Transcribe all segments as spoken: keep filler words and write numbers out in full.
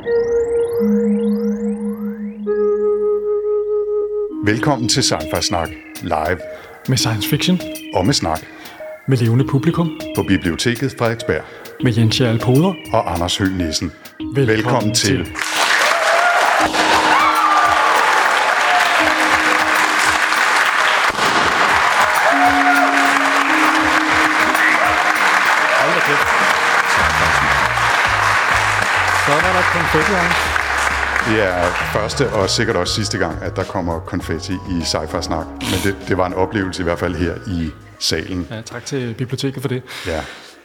Velkommen til Sci-Fi Snak live. Med science fiction. Og med snak. Med levende publikum. På Biblioteket Frederiksberg. Med Jens Jarl Poder. Og Anders Høgh Nissen. Velkommen, Velkommen til. til. Så var der konfetti, Anders. Det er første og sikkert også sidste gang, at der kommer konfetti i Sci-Fi Snak. Men det, det var en oplevelse i hvert fald her i salen. Ja, tak til biblioteket for det. Ja.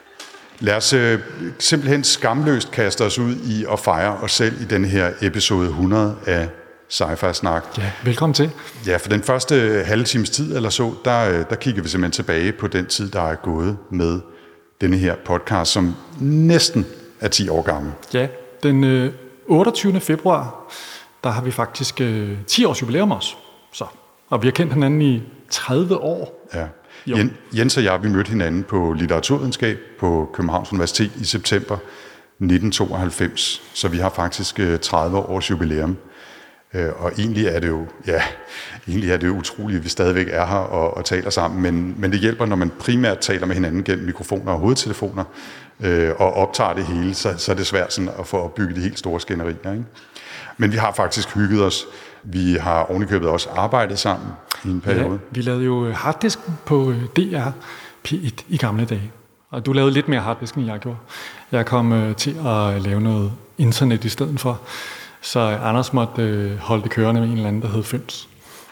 Lad os øh, simpelthen skamløst kaste os ud i at fejre os selv i den her episode hundrede af Sci-Fi Snak. Ja, velkommen til. Ja, for den første halve times tid eller så, der, der kigger vi simpelthen tilbage på den tid, der er gået med denne her podcast, som næsten er ti år gammel. Ja, den øh, otteogtyvende februar, der har vi faktisk øh, ti års jubilæum også. Så. Og vi har kendt hinanden i tredive år. Ja. Jens og jeg, vi mødte hinanden på litteraturvidenskab på Københavns Universitet i september nitten tooghalvfems. Så vi har faktisk øh, tredive års jubilæum. Øh, og egentlig er det jo, ja, egentlig er det jo utroligt, at vi stadigvæk er her og, og taler sammen. Men, men det hjælper, når man primært taler med hinanden gennem mikrofoner og hovedtelefoner, øh, og optager det hele, så, så er det svært sådan at få opbygget de helt store skænderier, ikke? Men vi har faktisk hygget os. Vi har ovenikøbet også arbejdet sammen i en periode. Ja, vi lavede jo harddisken på D R P et i gamle dage. Og du lavede lidt mere harddisken, end jeg gjorde. Jeg kom øh, til at lave noget internet i stedet for. Så Anders måtte øh, holde det kørende med en eller anden, der hed Føns.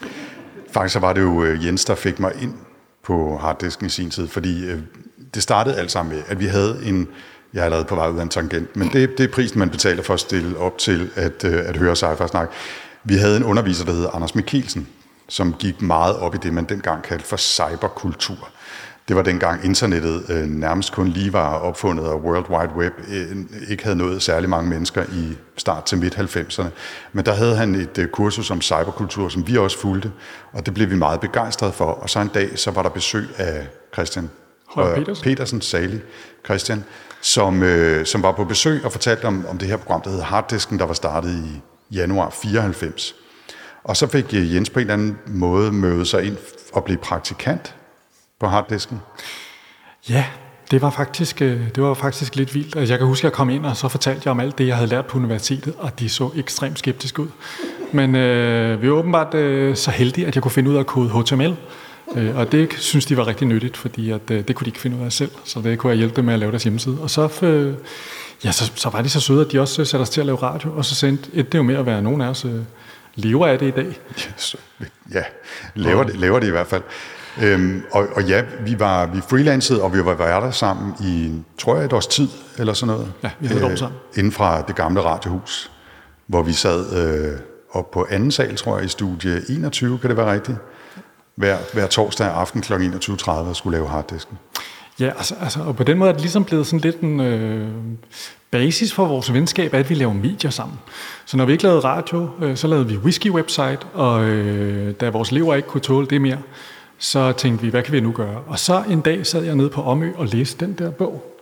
Faktisk så var det jo øh, Jens, der fik mig ind på harddisken i sin tid, fordi øh, det startede alt sammen med, at vi havde en... Jeg har lavet på vej ud af en tangent, men det, det er prisen, man betaler for at stille op til at, øh, at høre Sci-Fi Snak. Vi havde en underviser, der hed Anders Mikkelsen, som gik meget op i det, man dengang kaldte for cyberkultur. Det var dengang internettet øh, nærmest kun lige var opfundet, og World Wide Web øh, ikke havde nået særlig mange mennesker i start til midt halvfemserne. Men der havde han et øh, kursus om cyberkultur, som vi også fulgte, og det blev vi meget begejstrede for. Og så en dag, så var der besøg af Christian Højer Petersen, Petersen salig Christian, som, øh, som var på besøg og fortalte om, om det her program, der hed Harddisken, der var startet i januar fireoghalvfems. Og så fik Jens på en eller anden måde møde sig ind og blive praktikant på harddisken. Ja, det var faktisk, det var faktisk lidt vildt. Altså, jeg kan huske, at jeg kom ind, og så fortalte jeg om alt det, jeg havde lært på universitetet, og de så ekstremt skeptisk ud. Men øh, vi var åbenbart øh, så heldige, at jeg kunne finde ud af at kode H T M L. Øh, og det synes de var rigtig nyttigt, fordi at, øh, det kunne de ikke finde ud af selv. Så det kunne jeg hjælpe dem med at lave deres hjemmeside. Og så... Øh, Ja, så, så var de så søde, at de også satte os til at lave radio, og så sendte et det jo med at være nogen af os øh, lever af det i dag. Yes. Ja, laver det, laver det i hvert fald. Øhm, og, og ja, vi var vi freelancede, og vi var værter sammen i, tror jeg, et års tid, eller sådan noget. Ja, vi havde et år sammen. Øh, inden fra det gamle radiohus, hvor vi sad øh, op på anden sal, tror jeg, i studie enogtyve, kan det være rigtigt? Hver, hver torsdag aften kl. enogtyve tredive skulle lave harddisken. Ja, altså, altså, og på den måde er det ligesom blevet sådan lidt en øh, basis for vores venskab, at vi laver medier sammen. Så når vi ikke lavede radio, øh, så lavede vi whisky-website, og øh, da vores elever ikke kunne tåle det mere, så tænkte vi, hvad kan vi nu gøre? Og så en dag sad jeg nede på Omø og læste den der bog,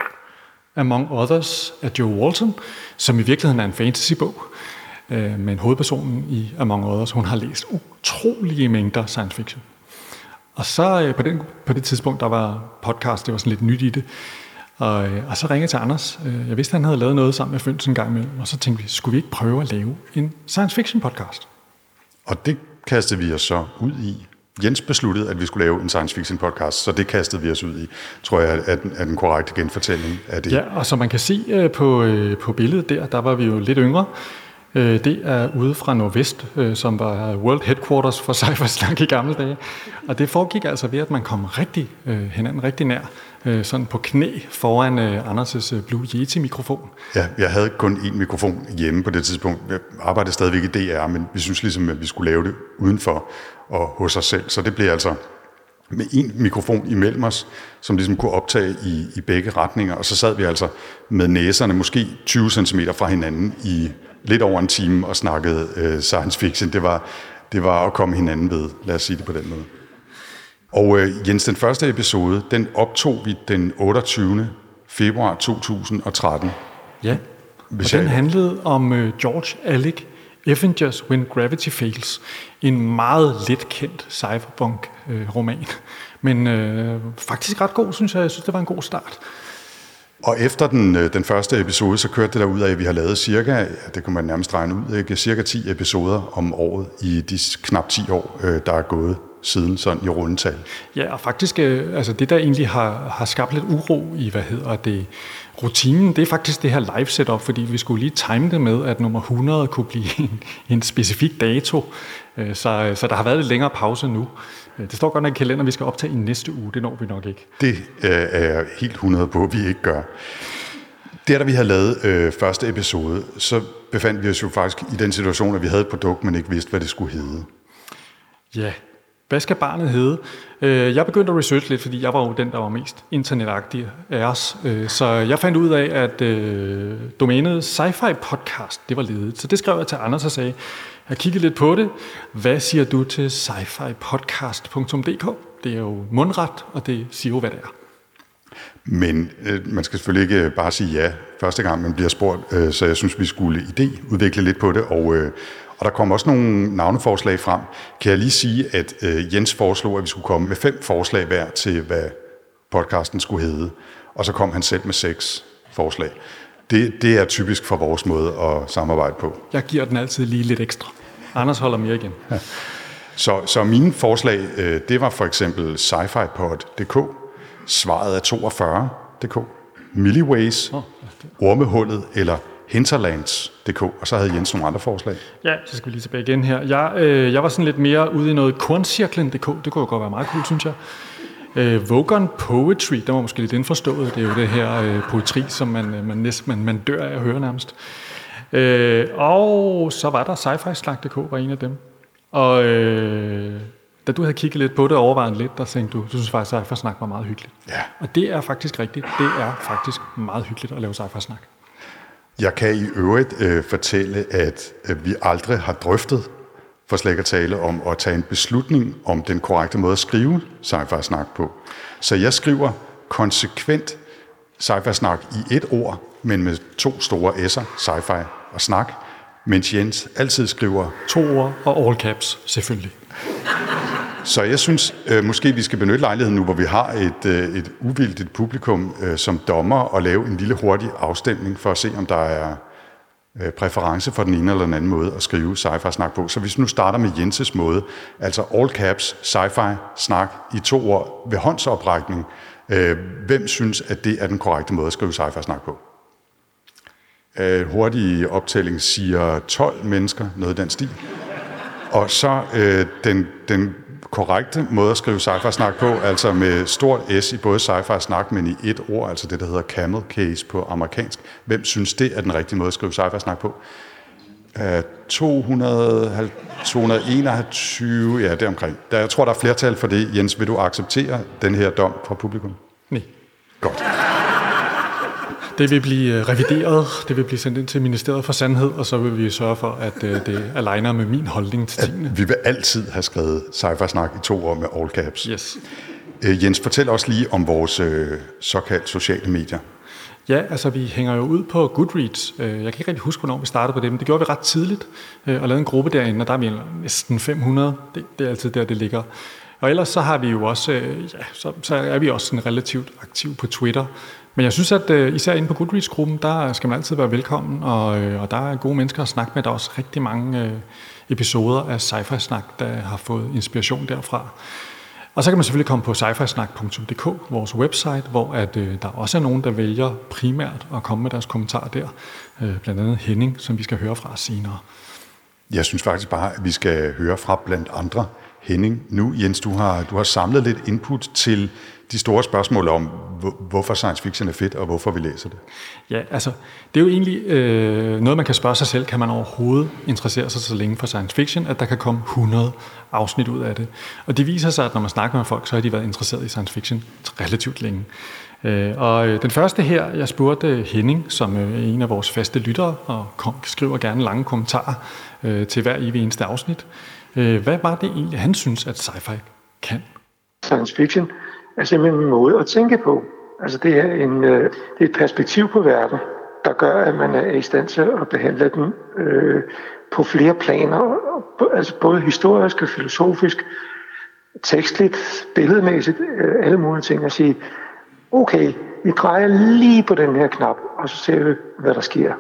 Among Others af Joe Walton, som i virkeligheden er en fantasybog. Øh, men hovedpersonen i Among Others, hun har læst utrolige mængder science fiction. Og så øh, på, den, på det tidspunkt, der var podcast, det var sådan lidt nyt i det. Og, øh, og så ringede jeg til Anders. Jeg vidste, at han havde lavet noget sammen med Føns en gang imellem. Og så tænkte vi, skulle vi ikke prøve at lave en science fiction podcast? Og det kastede vi os så ud i. Jens besluttede, at vi skulle lave en science fiction podcast, så det kastede vi os ud i, tror jeg, er den, er den korrekte genfortælling af det. Ja, og som man kan se øh, på, øh, på billedet der, der var vi jo lidt yngre. Det er ude fra Nordvest, som var World Headquarters for Sci-Fi Snak i gamle dage. Og det foregik altså ved, at man kom rigtig, hinanden rigtig nær, sådan på knæ foran Anders' Blue Yeti-mikrofon. Ja, jeg havde kun én mikrofon hjemme på det tidspunkt. Jeg arbejdede stadigvæk i D R, men vi synes ligesom, at vi skulle lave det udenfor og hos os selv. Så det blev altså med én mikrofon imellem os, som ligesom kunne optage i, i begge retninger. Og så sad vi altså med næserne måske tyve centimeter fra hinanden i lidt over en time og snakkede øh, science fiction. Det var, det var at komme hinanden ved, lad os sige det på den måde. Og øh, Jens, den første episode, den optog vi den otteogtyvende februar to tusind og tretten. Ja. og den handlede om uh, George Alec Avengers When Gravity Fails. En meget let kendt cyberpunk-roman. Men øh, faktisk ret god, synes jeg. Jeg synes, det var en god start. Og efter den, den første episode, så kørte det derud af, at vi har lavet cirka, det kunne man nærmest regne ud, ikke? cirka ti episoder om året i de knap ti år, der er gået siden sådan i rundetal. Ja, og faktisk, altså det der egentlig har, har skabt lidt uro i, hvad hedder det, rutinen, det er faktisk det her live setup, fordi vi skulle lige time det med, at nummer hundrede kunne blive en, en specifik dato, så, så der har været lidt længere pause nu. Det står godt nok i kalenderen, vi skal optage i næste uge, det når vi nok ikke. Det øh, er jeg helt hundrede på, at vi ikke gør. Der, da vi havde lavet øh, første episode, så befandt vi os jo faktisk i den situation, at vi havde et produkt, men ikke vidste, hvad det skulle hedde. Ja, hvad skal barnet hedde? Jeg begyndte at researche lidt, fordi jeg var jo den, der var mest internetagtig af os. Så jeg fandt ud af, at domænet Sci-Fi Podcast, det var ledigt. Så det skrev jeg til Anders og sagde, jeg kiggede lidt på det. Hvad siger du til sci fi podcast punktum d k? Det er jo mundret, og det siger jo, hvad det er. Men øh, man skal selvfølgelig ikke bare sige ja første gang, man bliver spurgt. Øh, så jeg synes, vi skulle idéudvikle lidt på det, og... Øh, Og der kom også nogle navneforslag frem. Kan jeg lige sige, at øh, Jens foreslog, at vi skulle komme med fem forslag hver til, hvad podcasten skulle hedde. Og så kom han selv med seks forslag. Det, det er typisk for vores måde at samarbejde på. Jeg giver den altid lige lidt ekstra. Anders holder mere igen. Ja. Så, så mine forslag, øh, det var for eksempel sci-fi pod punktum d k, Svaret er toogfyrre punktum d k, Milliways, oh, Ormehullet eller Hinterlands punktum d k, og så havde Jens nogle andre forslag. Ja, så skal vi lige tilbage igen her. Jeg, øh, jeg var sådan lidt mere ude i noget Korncirklen punktum d k, det kunne jo godt være meget cool, synes jeg. Øh, Vogon Poetry, der var måske lidt indforstået, det er jo det her øh, poetri, som man, man, næsten, man, man dør af at høre nærmest. Øh, og så var der Sci-Fi Snak punktum d k, var en af dem. Og øh, da du havde kigget lidt på det og overvejet lidt, der tænkte du, du synes faktisk, at Sci-Fi Snak var meget hyggeligt. Ja. Og det er faktisk rigtigt. Det er faktisk meget hyggeligt at lave Sci-Fi Snak. Jeg kan i øvrigt øh, fortælle, at øh, vi aldrig har drøftet, for slet ikke at tale om, at tage en beslutning om den korrekte måde at skrive Sci-Fi Snak på. Så jeg skriver konsekvent Sci-Fi Snak i et ord, men med to store s'er, Sci-Fi og Snak, mens Jens altid skriver... To ord og all caps, selvfølgelig. Så jeg synes, øh, måske vi skal benytte lejligheden nu, hvor vi har et, øh, et uvildigt publikum øh, som dommer, og lave en lille hurtig afstemning for at se, om der er øh, præference for den ene eller den anden måde at skrive Sci-Fi Snak på. Så hvis vi nu starter med Jenses måde, altså all caps, Sci-Fi Snak i to ord ved håndsoprækning, øh, hvem synes, at det er den korrekte måde at skrive Sci-Fi Snak på? Øh, hurtig optælling siger tolv mennesker, noget i den stil. Og så øh, den, den korrekte måde at skrive Sci-Fi Snak på, altså med stort S i både Sci-Fi Snak, men i et ord, altså det, der hedder camel case på amerikansk. Hvem synes, det er den rigtige måde at skrive Sci-Fi Snak på? Uh, to hundrede, to hundrede og enogtyve, ja, det er omkring. Der, jeg tror, der er flertal for det. Jens, vil du acceptere den her dom fra publikum? Nej. Godt. Det vil blive revideret, det vil blive sendt ind til Ministeriet for Sandhed, og så vil vi sørge for, at det aligner med min holdning til tingene. Vi vil altid have skrevet Sci-Fi Snak i to år med all caps. Yes. Uh, Jens, fortæl også lige om vores uh, såkaldt sociale medier. Ja, altså vi hænger jo ud på Goodreads. Jeg kan ikke rigtig huske, hvornår vi startede på det, men det gjorde vi ret tidligt, og lavede en gruppe derinde, og der er vi næsten fem hundrede. Det, det er altid der, det ligger. Og ellers så har vi jo også, ja, så, så er vi også sådan relativt aktive på Twitter. Men jeg synes, at uh, især inde på Goodreads-gruppen, der skal man altid være velkommen, og, uh, og der er gode mennesker at snakke med. Der er også rigtig mange uh, episoder af Sci-Fi Snak, der har fået inspiration derfra. Og så kan man selvfølgelig komme på sci fi snak punktum d k, vores website, hvor at, uh, der også er nogen, der vælger primært at komme med deres kommentarer der. Uh, blandt andet Henning, som vi skal høre fra senere. Jeg synes faktisk bare, at vi skal høre fra blandt andre Henning. Nu, Jens, du har, du har samlet lidt input til de store spørgsmål om, hvorfor science fiction er fedt, og hvorfor vi læser det. Ja, altså, det er jo egentlig øh, noget, man kan spørge sig selv, kan man overhovedet interessere sig så længe for science fiction, at der kan komme hundrede afsnit ud af det. Og det viser sig, at når man snakker med folk, så har de været interesseret i science fiction relativt længe. Øh, og øh, den første her, jeg spurgte Henning, som øh, er en af vores faste lyttere, og kom, skriver gerne lange kommentarer øh, til hver evig eneste afsnit. Øh, hvad var det egentlig, han synes, at sci-fi kan? Science fiction er simpelthen en måde at tænke på. Altså det er, en, det er et perspektiv på verden, der gør, at man er i stand til at behandle den øh, på flere planer, altså både historisk og filosofisk, tekstligt, billedmæssigt, øh, alle mulige ting, at sige, okay, vi drejer lige på den her knap, og så ser vi, hvad der sker.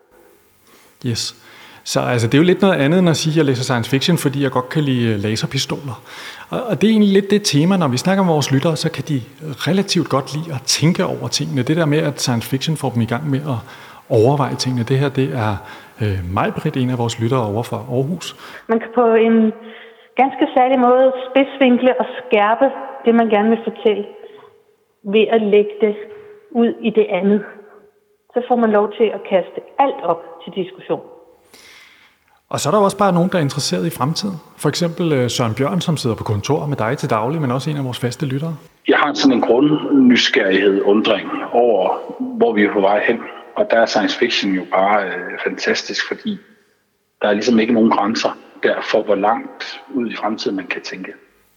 Yes. Så altså, det er jo lidt noget andet end at sige, at jeg læser science fiction, fordi jeg godt kan lide laserpistoler. Og, og det er egentlig lidt det tema, når vi snakker med vores lyttere, så kan de relativt godt lide at tænke over tingene. Det der med, at science fiction får dem i gang med at overveje tingene. Det her, det er øh, Maj-Britt, en af vores lyttere over fra Aarhus. Man kan på en ganske særlig måde spidsvinkle og skærpe det, man gerne vil fortælle, ved at lægge det ud i det andet. Så får man lov til at kaste alt op til diskussion. Og så er der også bare nogen, der er interesseret i fremtiden. For eksempel Søren Bjørn, som sidder på kontor med dig til daglig, men også en af vores faste lyttere. Jeg har sådan en grundnysgerrighed, undring over, hvor vi er på vej hen. Og der er science fiction jo bare øh, fantastisk, fordi der er ligesom ikke nogen grænser der for, hvor langt ud i fremtiden man kan tænke.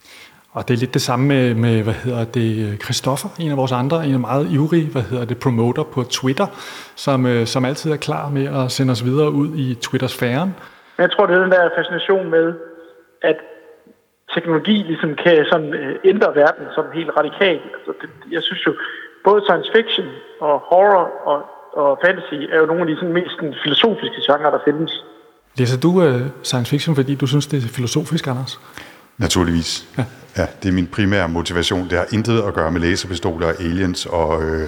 Og det er lidt det samme med, med hvad hedder det, Christoffer, en af vores andre, en af meget ivrige, hvad hedder det, promoter på Twitter, som, som altid er klar med at sende os videre ud i Twitter-sfæren. Jeg tror, det er den der fascination med, at teknologi ligesom kan sådan ændre verden som helt radikalt. Altså, det, jeg synes jo, både science fiction og horror og, og fantasy er jo nogle af de sådan, mest sådan, filosofiske genrer, der findes. Læser du uh, science fiction, fordi du synes, det er filosofisk, Anders? Naturligvis. Ja. Ja, det er min primære motivation. Det har intet at gøre med laserpistoler, aliens og, øh,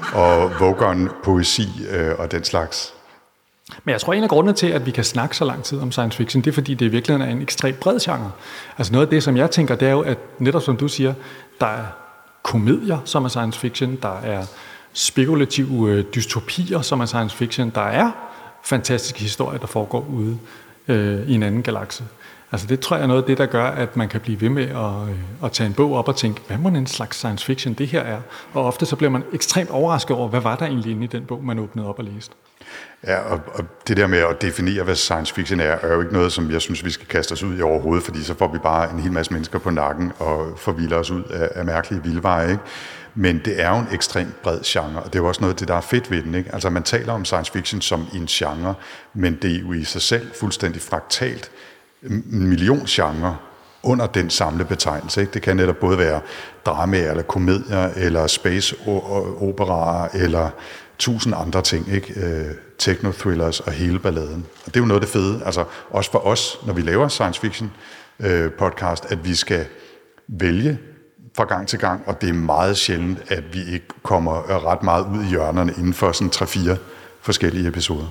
og Vogon-poesi øh, og den slags. Men jeg tror, en af grundene til, at vi kan snakke så lang tid om science fiction, det er, fordi det i virkeligheden er en ekstremt bred genre. Altså noget af det, som jeg tænker, det er jo, at netop som du siger, der er komedier, som er science fiction, der er spekulative øh, dystopier, som er science fiction, der er fantastiske historier, der foregår ude øh, i en anden galakse. Altså det tror jeg er noget af det, der gør, at man kan blive ved med at, at tage en bog op og tænke, hvad må en slags science fiction det her er? Og ofte så bliver man ekstremt overrasket over, hvad var der egentlig inde i den bog, man åbnede op og læste. Ja, og, og det der med at definere, hvad science fiction er, er jo ikke noget, som jeg synes, vi skal kaste os ud i overhovedet, fordi så får vi bare en hel masse mennesker på nakken og forvilder os ud af, af mærkelige vildveje, ikke? Men det er jo en ekstremt bred genre, og det er jo også noget af det, der er fedt ved den, ikke? Altså man taler om science fiction som en genre, men det er jo i sig selv fuldstændig fraktalt en million genre under den samlede betegnelse. Ikke? Det kan netop både være dramaer, eller komedier, eller space-operaer, eller tusind andre ting. Ikke? Øh, techno-thrillers og hele balladen. Og det er jo noget af det fede, altså også for os, når vi laver science fiction øh, podcast, at vi skal vælge fra gang til gang, og det er meget sjældent, at vi ikke kommer ret meget ud i hjørnerne inden for sådan tre-fire forskellige episoder.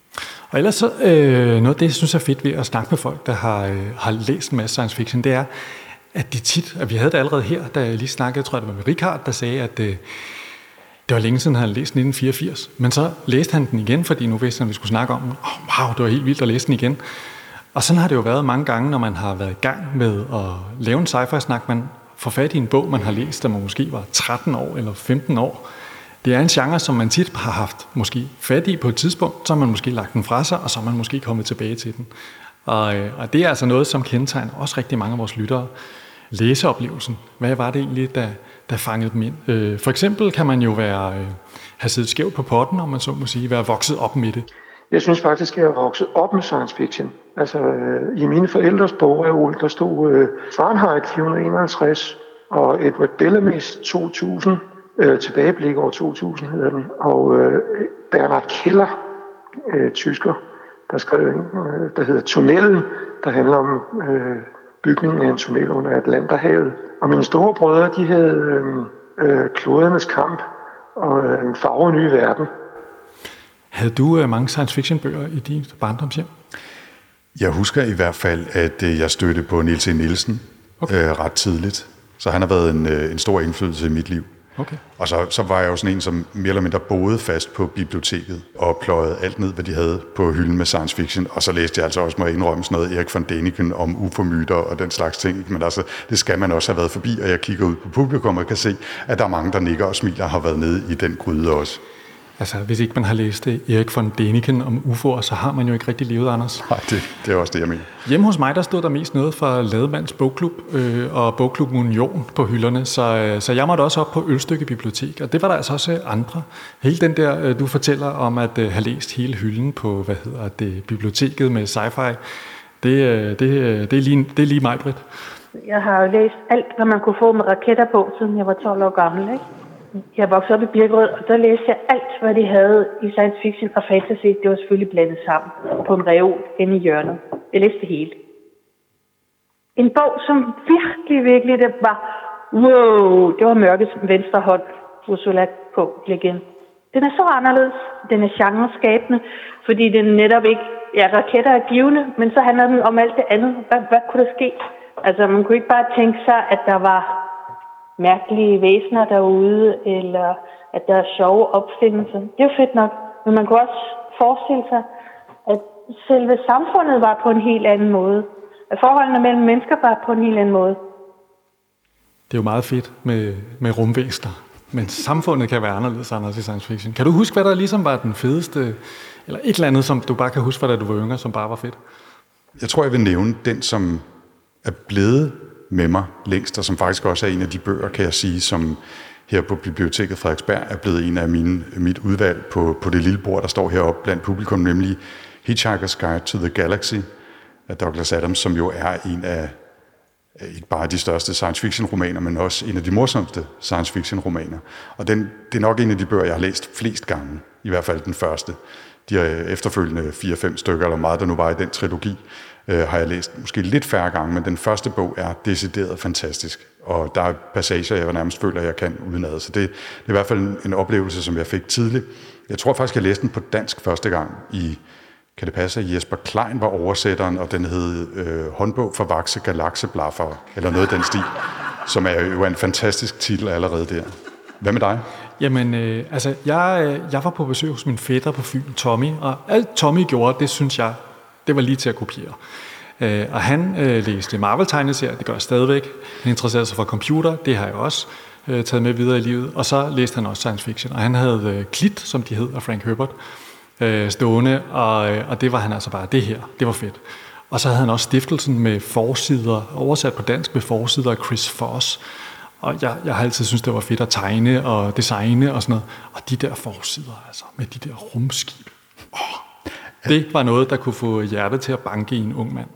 Og ellers så, øh, noget af det, jeg synes er fedt ved at snakke med folk, der har, øh, har læst en masse science fiction, det er, at de tit, at vi havde det allerede her, da jeg lige snakkede, jeg tror det var med Richard, der sagde, at øh, det var længe siden, han havde læst nitten fireogfirs. Men så læste han den igen, fordi nu vidste han, at vi skulle snakke om den. Oh, wow, det var helt vildt at læse den igen. Og sådan har det jo været mange gange, når man har været i gang med at lave en sci-fi-snak. Man får fat i en bog, man har læst, da man måske var tretten år eller femten år. Det er en genre, som man tit har haft måske fat i på et tidspunkt, så har man måske lagt den fra sig, og så er man måske kommet tilbage til den. Og, og det er altså noget, som kendetegner også rigtig mange af vores lyttere. Læseoplevelsen. Hvad var det egentlig, der, der fangede dem ind? For eksempel kan man jo være, have siddet skævt på potten, om man så må sige, være vokset op med det. Jeg synes faktisk, at jeg er vokset op med science fiction. Altså, i mine forældres bogreol, der stod uh, Fahrenheit fire hundrede enoghalvtreds og Edward Bellamy's to tusind, uh, tilbageblik over to tusind hedder den, og uh, Bernhard Keller, uh, tysker, der skrev en, uh, der hedder Tunnelen, der handler om uh, bygningen af en tunnel under Atlanterhavet. Og mine store brødre, de havde uh, uh, klodernes kamp og uh, en farve nye verden. Havde du uh, mange science fiction bøger i din barndomshjem? Jeg husker i hvert fald, at uh, jeg stødte på Niels E. Nielsen okay. uh, ret tidligt. Så han har været en, uh, en stor indflydelse i mit liv. Okay. Og så, så var jeg jo sådan en, som mere eller mindre boede fast på biblioteket og pløjede alt ned, hvad de havde på hylden med science fiction. Og så læste jeg altså også, må jeg indrømme, sådan noget Erik von Däniken om U F O-myter og den slags ting. Men altså, det skal man også have været forbi, og jeg kigger ud på publikum og kan se, at der er mange, der nikker og smiler og har været nede i den gryde også. Altså, hvis ikke man har læst Erik von Däniken om U F O'er, så har man jo ikke rigtig levet, Anders. Nej, det, det er også det, jeg mener. Hjemme hos mig, der stod der mest noget fra Lademands Bogklub øh, og Bogklub Union på hylderne, så, øh, så jeg måtte også op på Ølstykke Bibliotek, og det var der altså også andre. Hele den der, øh, du fortæller om at øh, have læst hele hylden på, hvad hedder det, biblioteket med sci-fi, det, øh, det, øh, det, er, lige, det er lige mig, Britt. Jeg har jo læst alt, hvad man kunne få med raketter på, siden jeg var tolv år gammel, ikke? Jeg voksede op i Birkerød, og der læste jeg alt, hvad de havde i science fiction og fantasy. Det var selvfølgelig blandet sammen på en reol inde i hjørnet. Jeg læste det hele. En bog, som virkelig, virkelig, det var, wow, det var Mørkets venstre hånd, Ursula K. Le Guin. Den er så anderledes. Den er genreskabende, fordi den netop ikke, ja, raketter er givende, men så handler den om alt det andet. Hvad, hvad kunne der ske? Altså, man kunne ikke bare tænke sig, at der var mærkelige væsener derude, eller at der er sjove opfindelser. Det er jo fedt nok, men man kunne også forestille sig, at selve samfundet var på en helt anden måde. At forholdene mellem mennesker var på en helt anden måde. Det er jo meget fedt med, med rumvæsener, men samfundet kan være anderledes, Anders, i science fiction. Kan du huske, hvad der ligesom var den fedeste, eller et eller andet, som du bare kan huske, hvad da du var yngre, som bare var fedt? Jeg tror, jeg vil nævne den, som er blevet med mig længst, og som faktisk også er en af de bøger, kan jeg sige, som her på Biblioteket Frederiksberg er blevet en af mine, mit udvalg på, på det lille bord, der står heroppe blandt publikum, nemlig Hitchhiker's Guide to the Galaxy af Douglas Adams, som jo er en af ikke bare de største science fiction romaner, men også en af de morsomste science fiction romaner. Og den, det er nok en af de bøger, jeg har læst flest gange, i hvert fald den første. De efterfølgende fire-fem stykker, eller meget der nu var i den trilogi, øh, har jeg læst måske lidt færre gange, men den første bog er decideret fantastisk. Og der er passager, jeg nærmest føler, jeg kan udenad. Så det, det er i hvert fald en, en oplevelse, som jeg fik tidligt. Jeg tror faktisk, jeg læste den på dansk første gang i, kan det passe, at Jesper Klein var oversætteren, og den hed øh, Håndbog for Vakse Galakseblaffer, eller noget af den stil, som er jo en fantastisk titel allerede der. Hvad med dig? Jamen, øh, altså, jeg, jeg var på besøg hos min fætter på Fyn, Tommy, og alt Tommy gjorde, det synes jeg, det var lige til at kopiere. Øh, og han øh, læste Marvel-tegneserier, det gør jeg stadigvæk. Han interesserede sig for computer, det har jeg også øh, taget med videre i livet. Og så læste han også science fiction, og han havde øh, Klit, som de hed, af Frank Herbert, øh, stående, og, øh, og det var han altså bare, det her, det var fedt. Og så havde han også stiftelsen med forsider, oversat på dansk med forsider af Chris Foss. Og jeg, jeg har altid syntes, det var fedt at tegne og designe og sådan noget. Og de der forsider, altså, med de der rumskib. Oh, det var noget, der kunne få hjertet til at banke i en ung mand.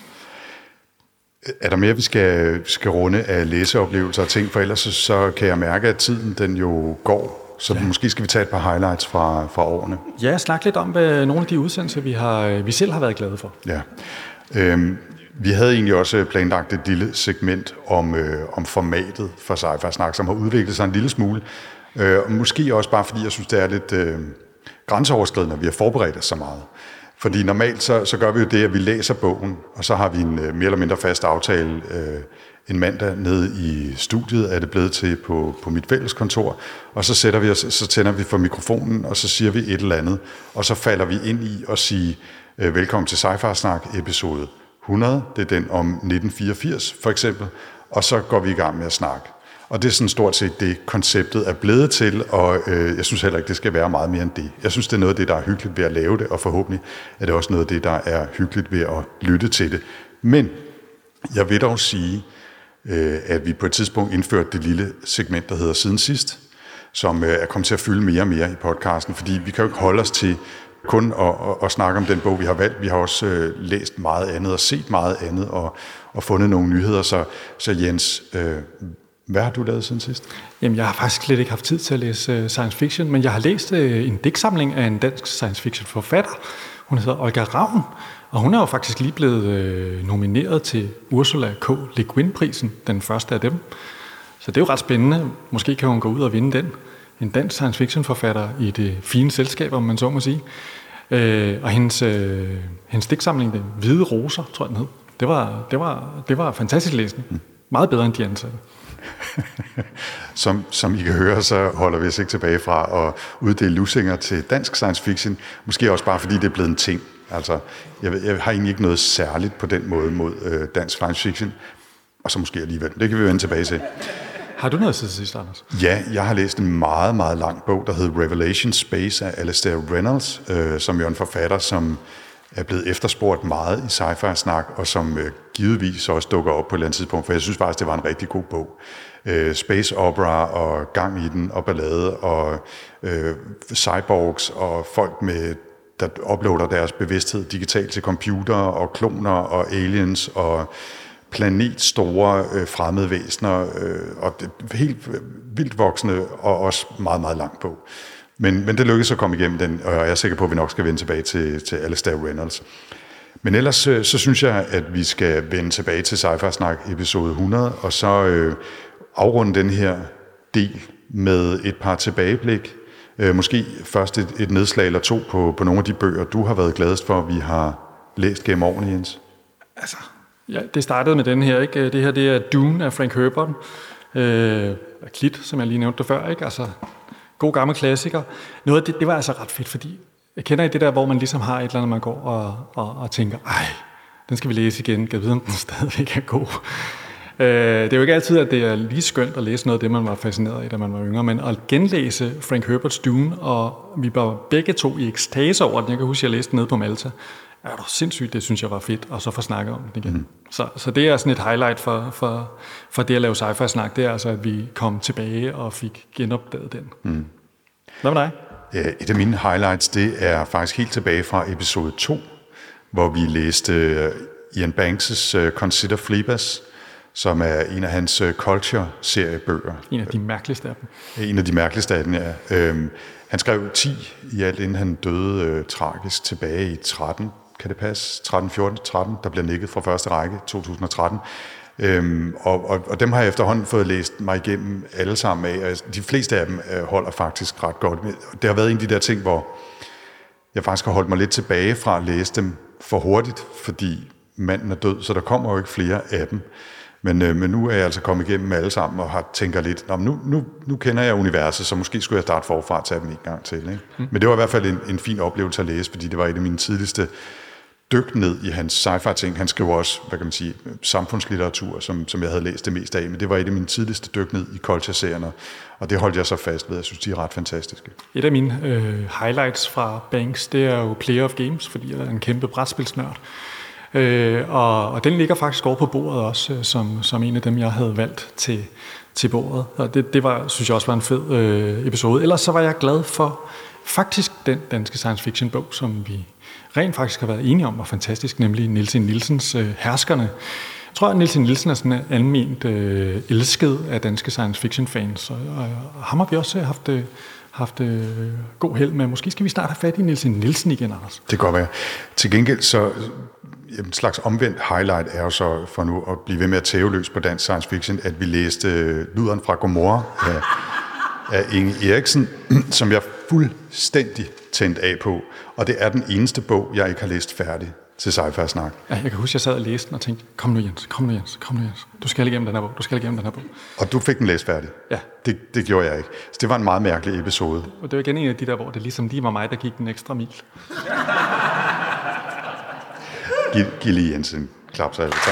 Er der mere, vi skal, skal runde af læseoplevelser og ting? For ellers så, så kan jeg mærke, at tiden den jo går. Så ja. Måske skal vi tage et par highlights fra, fra årene. Ja, snak lidt om hvad, nogle af de udsendelser, vi, har, vi selv har været glade for. Ja. Øhm, vi havde egentlig også planlagt et lille segment om, øh, om formatet for Sci-Fi Snak, som har udviklet sig en lille smule. Øh, og måske også bare, fordi jeg synes, det er lidt øh, grænseoverskridende, at vi har forberedt os så meget. Fordi normalt så, så gør vi jo det, at vi læser bogen, og så har vi en øh, mere eller mindre fast aftale øh, en mandag nede i studiet, er det blevet til på, på mit fælleskontor, og så sætter vi os, så tænder vi for mikrofonen, og så siger vi et eller andet, og så falder vi ind i at sige, øh, velkommen til Sci-Fi Snak episode hundrede, det er den om nitten fireogfirs for eksempel, og så går vi i gang med at snakke. Og det er sådan stort set det, konceptet er blevet til, og øh, jeg synes heller ikke, det skal være meget mere end det. Jeg synes, det er noget af det, der er hyggeligt ved at lave det, og forhåbentlig er det også noget af det, der er hyggeligt ved at lytte til det. Men jeg vil dog sige, øh, at vi på et tidspunkt indførte det lille segment, der hedder Siden Sidst, som øh, er kommet til at fylde mere og mere i podcasten, fordi vi kan jo ikke holde os til kun at, at, at snakke om den bog, vi har valgt. Vi har også øh, læst meget andet og set meget andet og, og fundet nogle nyheder. Så, så Jens, øh, hvad har du lavet siden sidst? Jamen, jeg har faktisk slet ikke haft tid til at læse uh, science fiction, men jeg har læst uh, en digtsamling af en dansk science fiction forfatter. Hun hedder Olga Ravn, og hun er jo faktisk lige blevet uh, nomineret til Ursula K. Le Guin-prisen, den første af dem. Så det er jo ret spændende. Måske kan hun gå ud og vinde den. En dansk science fiction forfatter i det fine selskab, om man så må sige. Uh, og hendes, uh, hendes digtsamling, den Hvide Roser, tror jeg den hed, det var, det var, det var fantastisk læsning. Mm. Meget bedre end de ansatte. Som, som I kan høre, så holder vi os ikke tilbage fra at uddele lussinger til dansk science fiction. Måske også bare fordi det er blevet en ting. Altså, jeg, jeg har egentlig ikke noget særligt på den måde mod øh, dansk science fiction. Og så måske alligevel. Det kan vi vende tilbage til. Har du noget til sidst, Anders? Ja, jeg har læst en meget, meget lang bog, der hedder Revelation Space af Alastair Reynolds, øh, som er en forfatter, som er blevet efterspurgt meget i sci-fi-snak, og som øh, givetvis også dukker op på et eller andet tidspunkt, for jeg synes faktisk, det var en rigtig god bog. Øh, space opera og gang i den, og ballade, og øh, cyborgs, og folk, med, der uploader deres bevidsthed digitalt til computer, og kloner, og aliens, og planetstore øh, fremmede væsener, øh, og det helt vildt voksende, og også meget, meget langt på. Men, men det lykkedes at komme igennem den, og jeg er sikker på, at vi nok skal vende tilbage til, til Alastair Reynolds. Men ellers så, så synes jeg, at vi skal vende tilbage til Sci-Fi-snak episode hundrede, og så øh, afrunde den her del med et par tilbageblik. Øh, måske først et, et nedslag eller to på, på nogle af de bøger, du har været gladest for, vi har læst gennem årene, Jens. Altså, ja, det startede med den her, ikke? Det her, det er Dune af Frank Herbert. Øh, Klit, som jeg lige nævnte før, ikke? Altså, god gammel klassiker. Noget af det, det var altså ret fedt, fordi jeg kender i det der, hvor man ligesom har et eller andet, man går og, og, og tænker, ej, den skal vi læse igen, kan vide, om den stadigvæk er god. Øh, det er jo ikke altid, at det er lige skønt at læse noget af det, man var fascineret af, da man var yngre, men at genlæse Frank Herberts Dune, og vi var begge to i ekstase over den. Jeg kan huske, at jeg læste den nede på Malta. Ja, det var sindssygt, det synes jeg var fedt, og så få snakket om den igen. Mm. Så, så det er sådan et highlight for, for, for det at lave sci-fi-snak, det er altså, at vi kom tilbage og fik genopdaget den. Mm. Hvad med dig? Ja, et af mine highlights, det er faktisk helt tilbage fra episode to, hvor vi læste Ian Banks' uh, Consider Phlebas, som er en af hans uh, Culture-seriebøger. En af de mærkeligste af dem. En af de mærkeligste af dem, ja. Øhm, han skrev ti i alt, inden han døde øh, tragisk tilbage i tretten. Kan det passe? tretten, fjorten, tretten, der bliver nikket fra første række, to tusind og tretten. Øhm, og, og, og dem har jeg efterhånden fået læst mig igennem alle sammen af. De fleste af dem øh, holder faktisk ret godt. Det har været en af de der ting, hvor jeg faktisk har holdt mig lidt tilbage fra at læse dem for hurtigt, fordi manden er død, så der kommer jo ikke flere af dem. Men, øh, men nu er jeg altså kommet igennem med alle sammen og har tænker lidt, nu, nu, nu kender jeg universet, så måske skulle jeg starte forfra og tage dem en gang til. Ikke? Mm. Men det var i hvert fald en, en fin oplevelse at læse, fordi det var et af mine tidligste dyk ned i hans sci-fi ting. Han skrev også, hvad kan man sige, samfundslitteratur, som, som jeg havde læst det meste af, men det var et af mine tidligste dyk ned i culture-serierne, og det holdt jeg så fast ved. Jeg synes, de er ret fantastiske. Et af mine øh, highlights fra Banks, det er jo Player of Games, fordi jeg er en kæmpe brætspilsnørd. Øh, og, og den ligger faktisk over på bordet også, øh, som, som en af dem, jeg havde valgt til, til bordet. Og det, det var, synes jeg også var en fed øh, episode. Ellers så var jeg glad for faktisk den danske science fiction bog, som vi rent faktisk har været enige om, var fantastisk, nemlig Niels E. Nielsens øh, Herskerne. Jeg tror, at Niels E. Nielsen er sådan alment øh, elsket af danske science fiction fans, og, og, og ham har vi også haft, øh, haft øh, god held med. Måske skal vi snart have fat i Niels E. Nielsen igen, Anders. Det kan godt være. Til gengæld så en slags omvendt highlight er jo så for nu at blive ved med at tæve løs på dansk science fiction, at vi læste uh, Luderen fra Gomorra af, af Inge Eriksen, som jeg fuldstændig tændt af på. Og det er den eneste bog, jeg ikke har læst færdig til sci-fi snak. Ja, jeg kan huske, jeg sad og læste den og tænkte, kom nu Jens, kom nu Jens, kom nu Jens. Du skal igennem den her bog, du skal igennem den her bog. Og du fik den læst færdig? Ja. Det, det gjorde jeg ikke. Så det var en meget mærkelig episode. Og det var igen en af de der, hvor det ligesom lige var mig, der gik den ekstra mil. Giv, giv lige Jens en klap, så tak.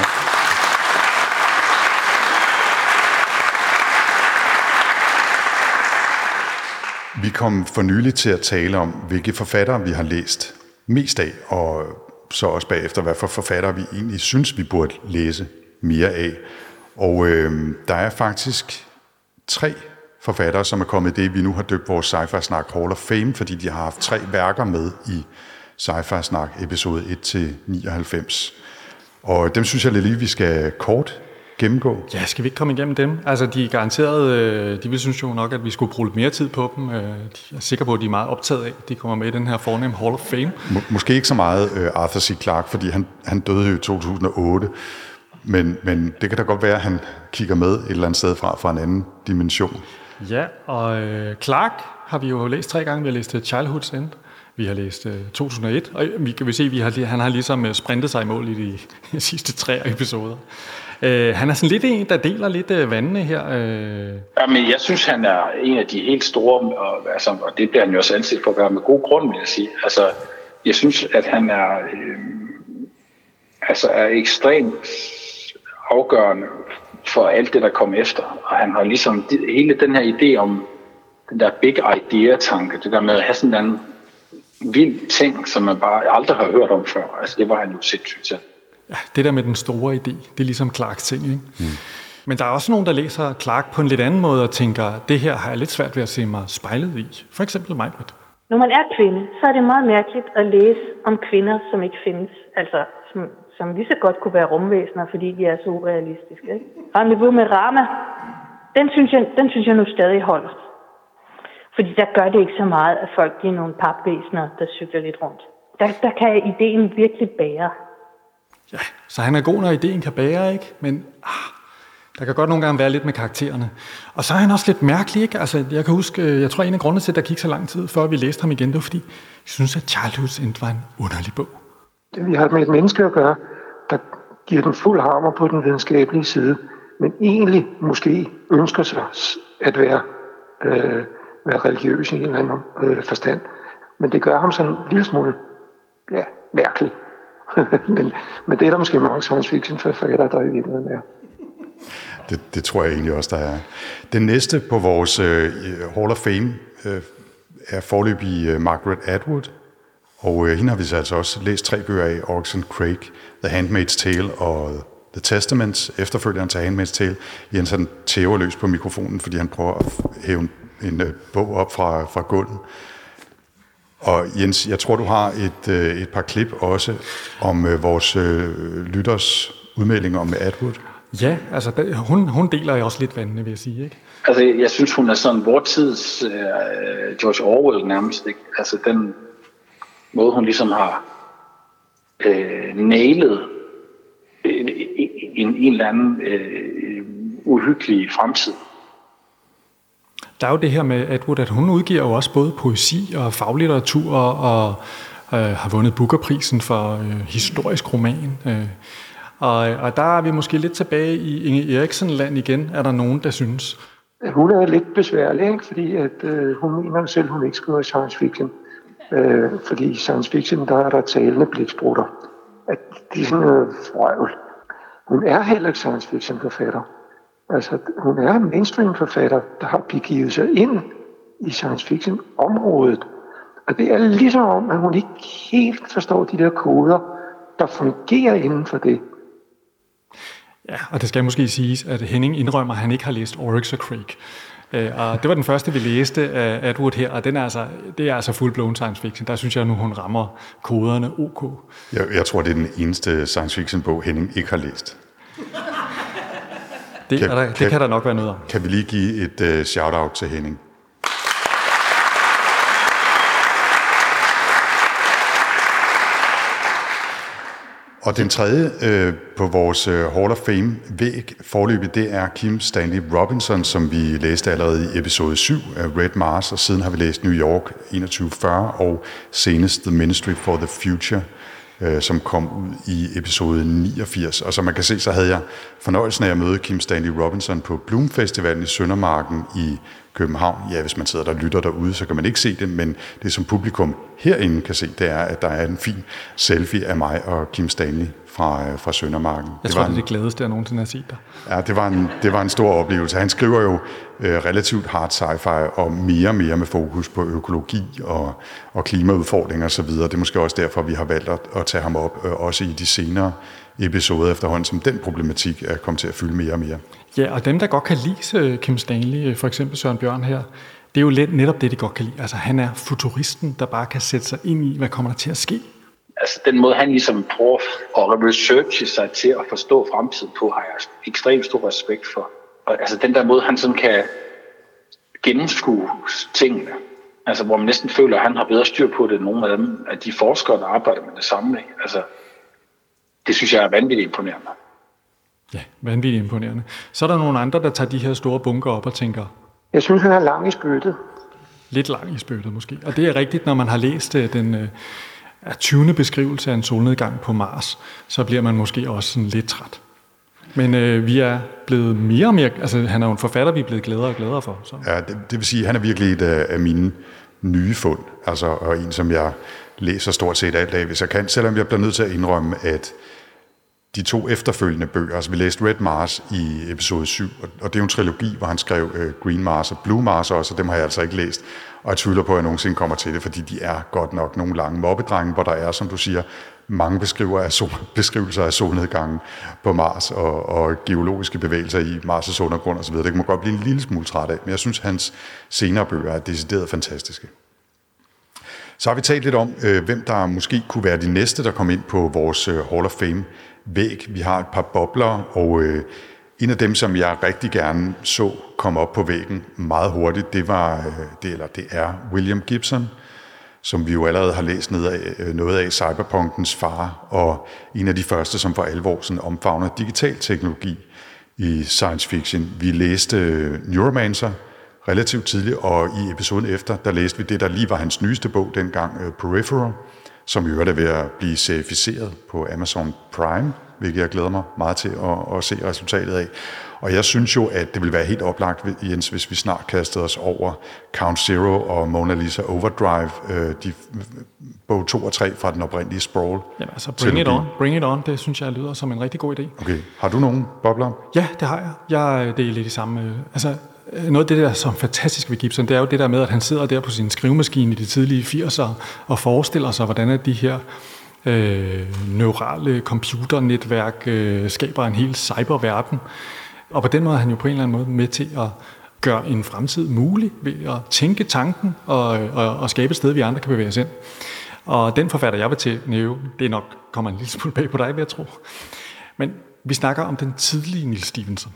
Vi kom for nylig til at tale om, hvilke forfattere vi har læst mest af, og så også bagefter, hvad for forfattere vi egentlig synes, vi burde læse mere af. Og øh, der er faktisk tre forfattere, som er kommet i det, vi nu har døbt vores Sci-Fi Snak Hall of Fame, fordi de har haft tre værker med i Sci-Fi Snak episode et til nioghalvfems. Og dem synes jeg lige, vi skal kort gennemgå. Ja, skal vi ikke komme igennem dem? Altså, de er garanteret, de vil synes jo nok, at vi skulle bruge lidt mere tid på dem. De er sikre på, at de er meget optaget af, at de kommer med i den her fornemme Hall of Fame. Må, måske ikke så meget Arthur C. Clarke, fordi han, han døde jo i to tusind og otte. Men, men det kan da godt være, at han kigger med et eller andet sted fra, fra en anden dimension. Ja, og øh, Clarke har vi jo læst tre gange. Vi har læst Childhood's End. Vi har læst øh, to tusind og et, og vi kan se, at vi har, han har ligesom sprintet sig i mål i de, de sidste tre episoder. Øh, han er sådan lidt en, der deler lidt øh, vandene her. Øh. Jamen, jeg synes, han er en af de helt store, og, altså, og det bliver han jo også anset for at være med god grund, vil jeg sige. Altså, jeg synes, at han er, øh, altså, er ekstremt afgørende for alt det, der kom efter. Og han har ligesom hele den her idé om den der big idea-tanke, det der med at have sådan en vild ting, som man bare aldrig har hørt om før. Altså, det var han jo sindssygt til. Ja, det der med den store idé, det er ligesom Clarks ting, ikke? Mm. Men der er også nogen, der læser Clark på en lidt anden måde og tænker, det her har jeg lidt svært ved at se mig spejlet i. For eksempel mig. Når man er kvinde, så er det meget mærkeligt at læse om kvinder, som ikke findes. Altså, som, som lige så godt kunne være rumvæsener, fordi de er så urealistiske. Ikke? Rendezvous med Rama, den synes, jeg, den synes jeg nu stadig holder. Fordi der gør det ikke så meget, at folk er nogle papvæsener, der cykler lidt rundt. Der, der kan ideen virkelig bære. Ja, så han er god, når ideen kan bære, ikke? Men ah, der kan godt nogle gange være lidt med karaktererne. Og så er han også lidt mærkelig, ikke? Altså, jeg kan huske, jeg tror, en af grundene til, at der gik så lang tid, før vi læste ham igen, det var, fordi jeg synes, at Childhood's End var en underlig bog. Vi har med et menneske at gøre, der giver den fuld hammer på den videnskabelige side, men egentlig måske ønsker sig at være, øh, være religiøs i en eller anden øh, forstand. Men det gør ham sådan en lille smule ja, mærkelig. men, men det er der måske mange science fiction forfattere, der i virkeligheden er. Det, det tror jeg egentlig også, der er. Den næste på vores uh, Hall of Fame uh, er foreløbig uh, Margaret Atwood, og uh, hende har vi altså også læst tre bøger af, Orson Craig, The Handmaid's Tale og The Testaments, efterfølgeren til Handmaid's Tale. Jens han tæver løs på mikrofonen, fordi han prøver at hæve en, en uh, bog op fra, fra gulvet. Og Jens, jeg tror, du har et, uh, et par klip også om uh, vores uh, lytters udmeldinger om Atwood. Ja, altså der, hun, hun deler jeg også lidt vandene, vil jeg sige, ikke? Altså, jeg synes, hun er sådan vores tids uh, George Orwell nærmest, ikke? Altså, den måde, hun ligesom har uh, nailet en, en, en eller anden uh, uhyggelig fremtid. Der er jo det her med Atwood, at hun udgiver jo også både poesi og faglitteratur og øh, har vundet Booker-prisen for øh, historisk roman. Øh. Og, og der er vi måske lidt tilbage i Inge Eriksen-land igen, er der nogen, der synes. Hun er lidt besværlig, ikke? Fordi at, øh, hun mener selv, at hun ikke skriver science fiction. Øh, fordi i science fiction, der er der talende blæksprutter. At det er sådan noget frøvl. Hun er heller ikke science fiction forfatter. Altså, hun er en mainstream forfatter, der har begivet sig ind i science fiction området. Og det er ligesom om, at hun ikke helt forstår de der koder, der fungerer inden for det. Ja, og det skal måske siges, at Henning indrømmer, at han ikke har læst Oryx og Craig. Og det var den første, vi læste af Atwood her, og den er altså, det er altså full-blown science fiction. Der synes jeg nu, hun rammer koderne ok. Jeg, jeg tror, det er den eneste science fiction-bog, Henning ikke har læst. Det, kan, der, det kan, kan der nok være noget om. Kan vi lige give et uh, shout-out til Henning? Og den tredje øh, på vores øh, Hall of Fame-væg forløbet, det er Kim Stanley Robinson, som vi læste allerede i episode syv af Red Mars, og siden har vi læst New York enogtyve fyrre og senest The Ministry for the Future, øh, som kom ud i episode niogfirs. Og som man kan se, så havde jeg fornøjelsen af at møde Kim Stanley Robinson på Bloom Festivalen i Søndermarken i København. Ja, hvis man sidder der og lytter derude, så kan man ikke se det, men det som publikum herinde kan se, det er, at der er en fin selfie af mig og Kim Stanley fra, fra Søndermarken. Jeg det tror, var en, det er det glædeste, jeg nogensinde har set dig. Ja, det var, en, det var en stor oplevelse. Han skriver jo øh, relativt hard sci-fi og mere og mere med fokus på økologi og, og klimaudfordringer osv. Det er måske også derfor, vi har valgt at, at tage ham op, øh, også i de senere episoder efterhånden, som den problematik er kommet til at fylde mere og mere. Ja, og dem, der godt kan lide Kim Stanley, for eksempel Søren Bjørn her, det er jo lidt netop det, de godt kan lide. Altså, han er futuristen, der bare kan sætte sig ind i, hvad kommer der til at ske. Altså, den måde, han ligesom prøver at researche sig til at forstå fremtiden på, har jeg ekstremt stor respekt for. Og, altså, den der måde, han sådan kan gennemskue tingene, altså, hvor man næsten føler, at han har bedre styr på det end nogle af dem, af de forskere, der arbejder med det samme. Ikke? Altså, det synes jeg er vanvittigt imponerende. Ja, vanvittigt imponerende. Så er der nogle andre, der tager de her store bunker op og tænker... Jeg synes, han er lang i spyttet. Lidt lang i spyttet måske. Og det er rigtigt, når man har læst den øh, tyvende beskrivelse af en solnedgang på Mars, så bliver man måske også sådan lidt træt. Men øh, vi er blevet mere og mere... Altså, han er jo en forfatter, vi er blevet gladere og gladere for. Så. Ja, det, det vil sige, at han er virkelig et af mine nye fund. Altså, og en, som jeg læser stort set alt af, hvis jeg kan. Selvom jeg bliver nødt til at indrømme, at de to efterfølgende bøger. Altså, vi læste Red Mars i episode syv, og det er jo en trilogi, hvor han skrev øh, Green Mars og Blue Mars også, og dem har jeg altså ikke læst. Og jeg tvivler på, at jeg nogensinde kommer til det, fordi de er godt nok nogle lange mobbedrenge, hvor der er, som du siger, mange beskriver af sol, beskrivelser af solnedgangen på Mars og, og geologiske bevægelser i Mars' undergrund osv. Det kan man godt blive en lille smule træt af, men jeg synes, hans senere bøger er decideret fantastiske. Så har vi talt lidt om, øh, hvem der måske kunne være de næste, der kom ind på vores øh, Hall of Fame-væg. Vi har et par bobler, og øh, en af dem, som jeg rigtig gerne så komme op på væggen meget hurtigt, det var, øh, det, eller det er William Gibson, som vi jo allerede har læst ned af, noget af, Cyberpunkens far, og en af de første, som for alvor sådan omfavner digital teknologi i science fiction. Vi læste Neuromancer relativt tidligt, og i episoden efter, der læste vi det, der lige var hans nyeste bog dengang, Peripheral, som i øvrigt er ved at blive serificeret på Amazon Prime, hvilket jeg glæder mig meget til at, at se resultatet af. Og jeg synes jo, at det vil være helt oplagt, Jens, hvis vi snart kastede os over Count Zero og Mona Lisa Overdrive, de bog to og tre fra den oprindelige Sprawl. Jamen altså, bring it on, bring it on, det synes jeg lyder som en rigtig god idé. Okay, har du nogen bobler? Ja, det har jeg. jeg det er lidt det samme. Altså, noget af det der, som er fantastisk ved Gibson, det er jo det der med, at han sidder der på sin skrivemaskine i de tidlige firsere og forestiller sig, hvordan er de her øh, neurale computernetværk øh, skaber en hel cyberverden. Og på den måde er han jo på en eller anden måde med til at gøre en fremtid mulig ved at tænke tanken og, og, og skabe et sted, vi andre kan bevæge os ind. Og den forfatter, jeg vil til næve, det er nok kommer en lille smule bag på dig, vil jeg tro. Men vi snakker om den tidlige Neil Stephenson.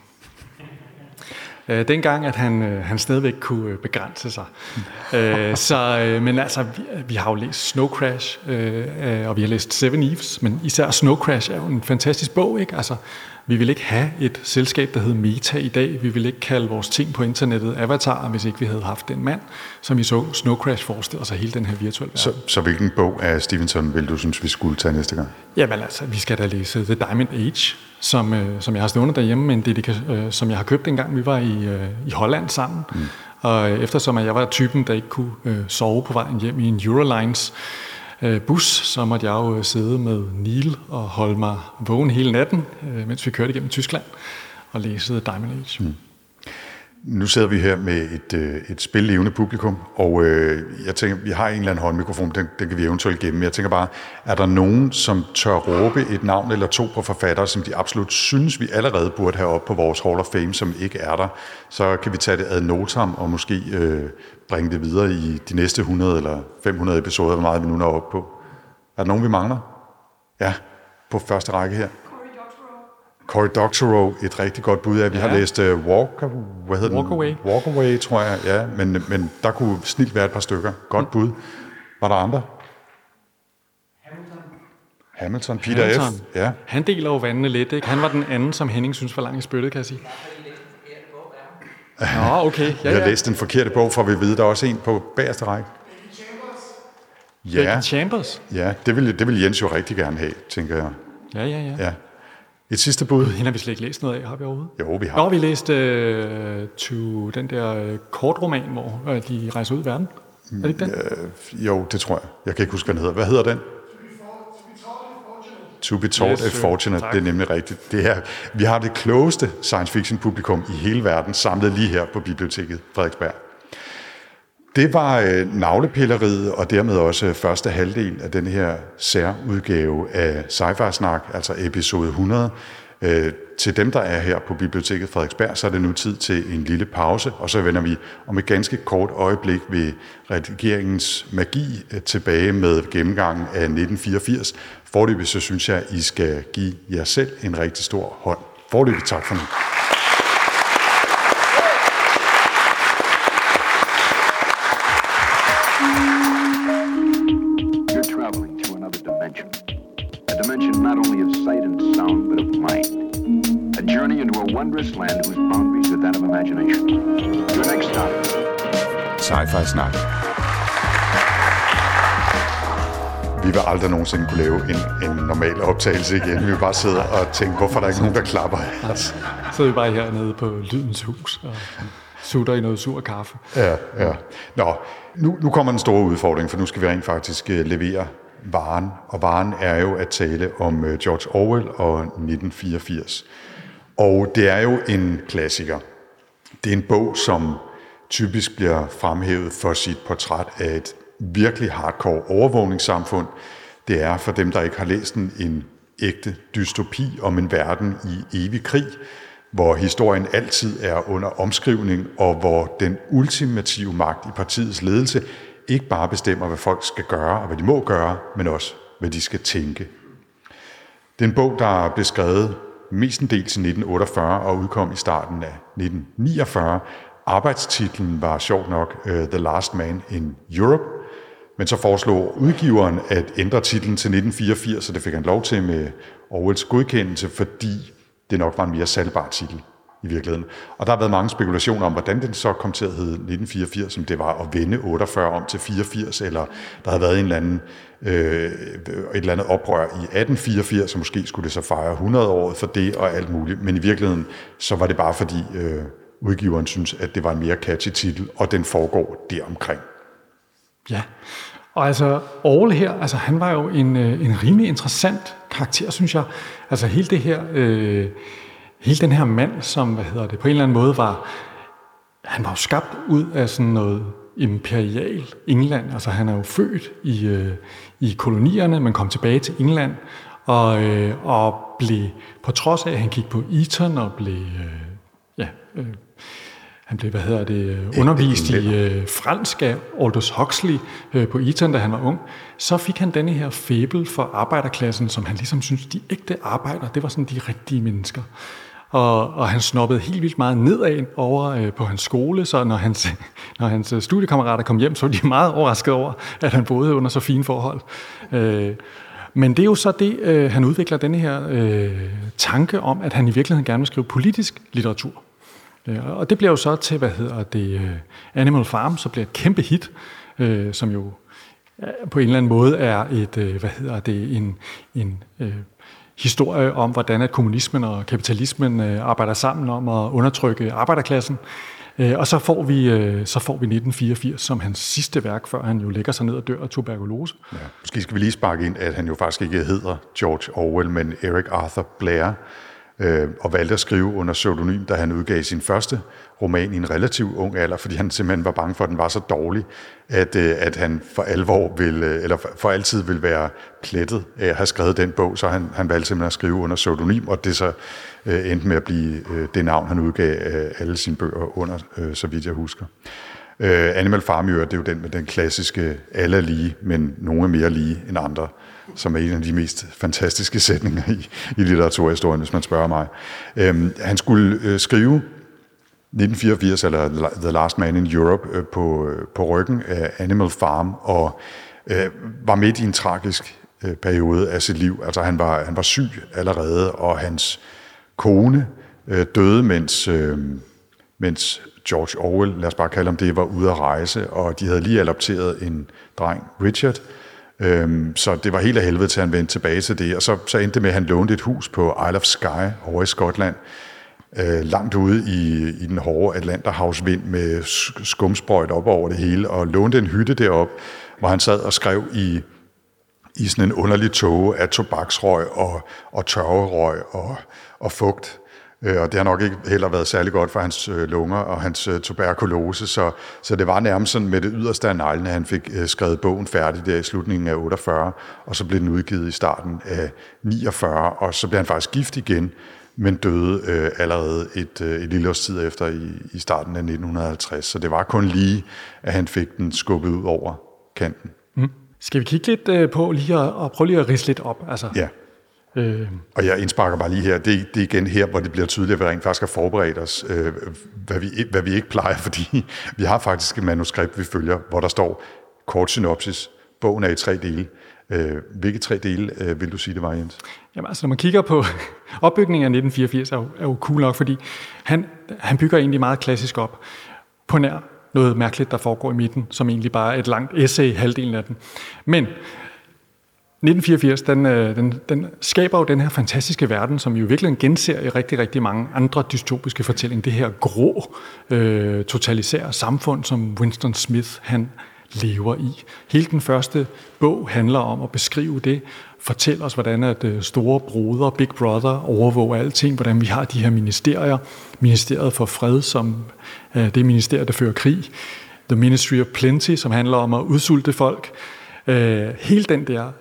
Dengang, at han, han stadigvæk kunne begrænse sig. Mm. Så, men altså, vi, vi har jo læst Snow Crash, og vi har læst Seven Eves, men især Snow Crash er jo en fantastisk bog, ikke? Altså, vi vil ikke have et selskab, der hedder Meta i dag. Vi vil ikke kalde vores ting på internettet Avatar, hvis ikke vi havde haft den mand, som vi så Snow Crash forestille sig hele den her virtuelle verden. Så, så hvilken bog af Stephenson vil du synes, vi skulle tage næste gang? Jamen altså, vi skal da læse The Diamond Age, som, øh, som jeg har stående derhjemme, men det, øh, som jeg har købt engang, vi var i, øh, i Holland sammen. Mm. Og eftersom jeg var typen, der ikke kunne øh, sove på vejen hjem i en Eurolines øh, bus, så måtte jeg jo sidde med Neil og holde mig vågen hele natten, øh, mens vi kørte igennem Tyskland og læste The Diamond Age. Mm. Nu sidder vi her med et, et spillevende publikum, og øh, jeg tænker, vi har en eller anden håndmikrofon, den, den kan vi eventuelt gemme. Jeg tænker bare, er der nogen, som tør råbe et navn eller to på forfattere, som de absolut synes, vi allerede burde have op på vores Hall of Fame, som ikke er der? Så kan vi tage det ad notam og måske øh, bringe det videre i de næste hundrede eller fem hundrede episoder, hvor meget vi nu når op på. Er der nogen, vi mangler? Ja, på første række her. Cory Doctorow, et rigtig godt bud af. Vi ja. har læst uh, Walk, hvad hedder Walk den? Away. Walk Away, tror jeg, ja. Men, men der kunne snilt være et par stykker. Godt bud. Var der andre? Hamilton. Hamilton, Peter Hamilton. F. Ja. Han deler jo vandene lidt, ikke? Han var den anden, som Henning synes var lang i spyttet, kan jeg sige. Nå, okay. Ja, jeg har ja. læst den forkerte bog, for vi ved, der er også en på bagerste række. Ja. Chambers? Ja, det vil, det vil Jens jo rigtig gerne have, tænker jeg. Ja, ja, ja. ja. Et sidste bud. Hende har vi slet ikke læst noget af, har vi overhovedet? Jo, vi har. Nå, vi læste uh, to, den der uh, kortroman, hvor uh, de rejser ud i verden. Er det ikke den? Uh, jo, det tror jeg. Jeg kan ikke huske, hvad den hedder. Hvad hedder den? To be told yes, if fortunate, det er nemlig rigtigt. Det er, vi har det klogeste science fiction publikum i hele verden, samlet lige her på biblioteket Frederiksberg. Det var øh, navlepilleriet, og dermed også første halvdel af den her særudgave af Sci-Fi Snak, altså episode hundrede. Øh, til dem, der er her på biblioteket Frederiksberg, så er det nu tid til en lille pause, og så vender vi om et ganske kort øjeblik ved redigeringens magi øh, tilbage med gennemgangen af nitten fireogfirs. Foreløbig så synes jeg, I skal give jer selv en rigtig stor hånd. Foreløbig tak for nu. Land whose boundaries are that of imagination. Your next stop. Sci-Fi Snak. Vi vil aldrig nogensinde kunne lave en, en normal optagelse igen. Vi vil bare sidde og tænke, hvorfor er der ikke nogen, der klapper af os? Så er vi bare hernede på Lydens Hus og sutter i noget sur kaffe. Ja, ja. Nå, nu, nu kommer den store udfordring, for nu skal vi rent faktisk levere varen, og varen er jo at tale om George Orwell og nitten fireogfirs. Og det er jo en klassiker. Det er en bog, som typisk bliver fremhævet for sit portræt af et virkelig hardcore overvågningssamfund. Det er for dem, der ikke har læst den, en ægte dystopi om en verden i evig krig, hvor historien altid er under omskrivning, og hvor den ultimative magt i partiets ledelse ikke bare bestemmer, hvad folk skal gøre og hvad de må gøre, men også, hvad de skal tænke. Det er en bog, der blev skrevet mestendels i nitten otteogfyrre og udkom i starten af nitten niogfyrre. Arbejdstitlen var sjovt nok uh, The Last Man in Europe, men så foreslog udgiveren at ændre titlen til nitten fireogfirs, og det fik han lov til med Orwells godkendelse, fordi det nok var en mere salgbar titel i virkeligheden. Og der har været mange spekulationer om, hvordan den så kom til at hedde nitten fireogfirs, som det var at vende otteogfyrre om til fireogfirs, eller der havde været en eller anden, øh, et eller andet oprør i atten fireogfirs, og måske skulle det så fejre hundrede-året for det og alt muligt. Men i virkeligheden, så var det bare fordi øh, udgiveren synes, at det var en mere catchy titel, og den foregår deromkring. Ja, og altså Orwell her, altså han var jo en, en rimelig interessant karakter, synes jeg. Altså hele det her, øh, hele den her mand, som, hvad hedder det, på en eller anden måde var, han var jo skabt ud af sådan noget imperial England. Altså han er jo født i, øh, i kolonierne, men kom tilbage til England, og, øh, og blev, på trods af, at han gik på Eton og blev, øh, ja... Øh, Han blev, hvad hedder det, undervist i øh, fransk af Aldous Huxley øh, på Eton, da han var ung. Så fik han denne her faible for arbejderklassen, som han ligesom synes, de ægte arbejdere, det var sådan de rigtige mennesker. Og, og han snobbede helt vildt meget nedad over øh, på hans skole, så når hans, når hans studiekammerater kom hjem, så var de meget overrasket over, at han boede under så fine forhold. Øh, Men det er jo så det, øh, han udvikler denne her øh, tanke om, at han i virkeligheden gerne vil skrive politisk litteratur. Og det bliver jo så til, hvad hedder det, Animal Farm, så bliver et kæmpe hit, øh, som jo på en eller anden måde er et, øh, hvad hedder det, en, en øh, historie om, hvordan at kommunismen og kapitalismen øh, arbejder sammen om at undertrykke arbejderklassen. Øh, og så får, vi, øh, så får vi nitten fireogfirs som hans sidste værk, før han jo lægger sig ned og dør af tuberkulose. Ja, måske skal vi lige sparke ind, at han jo faktisk ikke hedder George Orwell, men Eric Arthur Blair, og valgte at skrive under pseudonym, da han udgav sin første roman i en relativt ung alder, fordi han simpelthen var bange for, at den var så dårlig, at, at han for alvor ville, eller for altid ville være plettet af at have skrevet den bog, så han, han valgte simpelthen at skrive under pseudonym, og det så øh, endte med at blive øh, det navn, han udgav øh, alle sine bøger under, øh, så vidt jeg husker. Øh, Animal Farm, det er jo den med den klassiske, alle er lige, men nogle er mere lige end andre, som er en af de mest fantastiske sætninger i, i litteraturhistorien, hvis man spørger mig. Øhm, han skulle øh, skrive nitten fireogfirs, eller The Last Man in Europe, øh, på, øh, på ryggen af Animal Farm, og øh, var midt i en tragisk øh, periode af sit liv. Altså han var, han var syg allerede, og hans kone øh, døde, mens, øh, mens George Orwell, lad os bare kalde ham det, var ude at rejse, og de havde lige adopteret en dreng, Richard. Øhm, så det var helt af helvede til, at han vendte tilbage til det, og så, så endte det med, at han lånte et hus på Isle of Skye over i Skotland, øh, langt ude i, i den hårde Atlanterhavsvind med skumsprøjt op over det hele, og lånte en hytte derop, hvor han sad og skrev i, i sådan en underlig tåge af tobaksrøg og, og tørverøg og, og fugt. Og det har nok ikke heller været særlig godt for hans lunger og hans tuberkulose, så, så det var nærmest sådan med det yderste af neglene, at han fik skrevet bogen færdig der i slutningen af otteogfyrre, og så blev den udgivet i starten af niogfyrre, og så blev han faktisk gift igen, men døde øh, allerede et, et lille års tid efter i, i starten af nitten halvtreds, så det var kun lige, at han fik den skubbet ud over kanten. Mm. Skal vi kigge lidt øh, på lige at, og prøve lige at ridse lidt op? Altså. Ja. Øh. Og jeg indsparker bare lige her, det, det er igen her, hvor det bliver tydeligt, at vi rent faktisk har forberedt os, øh, hvad, vi, hvad vi ikke plejer, fordi vi har faktisk et manuskript, vi følger, hvor der står kort synopsis. Bogen er i tre dele. Øh, hvilke tre dele øh, vil du sige, det var, Jens? Jamen altså, når man kigger på opbygningen af nitten fireogfirs, er jo, er jo cool nok, fordi han, han bygger egentlig meget klassisk op på nær noget mærkeligt, der foregår i midten, som egentlig bare er et langt essay, halvdelen af den. Men nitten fireogfirs, den, den, den skaber jo den her fantastiske verden, som vi jo virkelig genser i rigtig, rigtig mange andre dystopiske fortællinger. Det her grå, øh, totalitære samfund, som Winston Smith, han lever i. Hele den første bog handler om at beskrive det, fortælle os, hvordan at store broder, Big Brother, overvåger alting, hvordan vi har de her ministerier. Ministeriet for fred, som er det ministerium, der fører krig. The Ministry of Plenty, som handler om at udsulte folk. Hele den der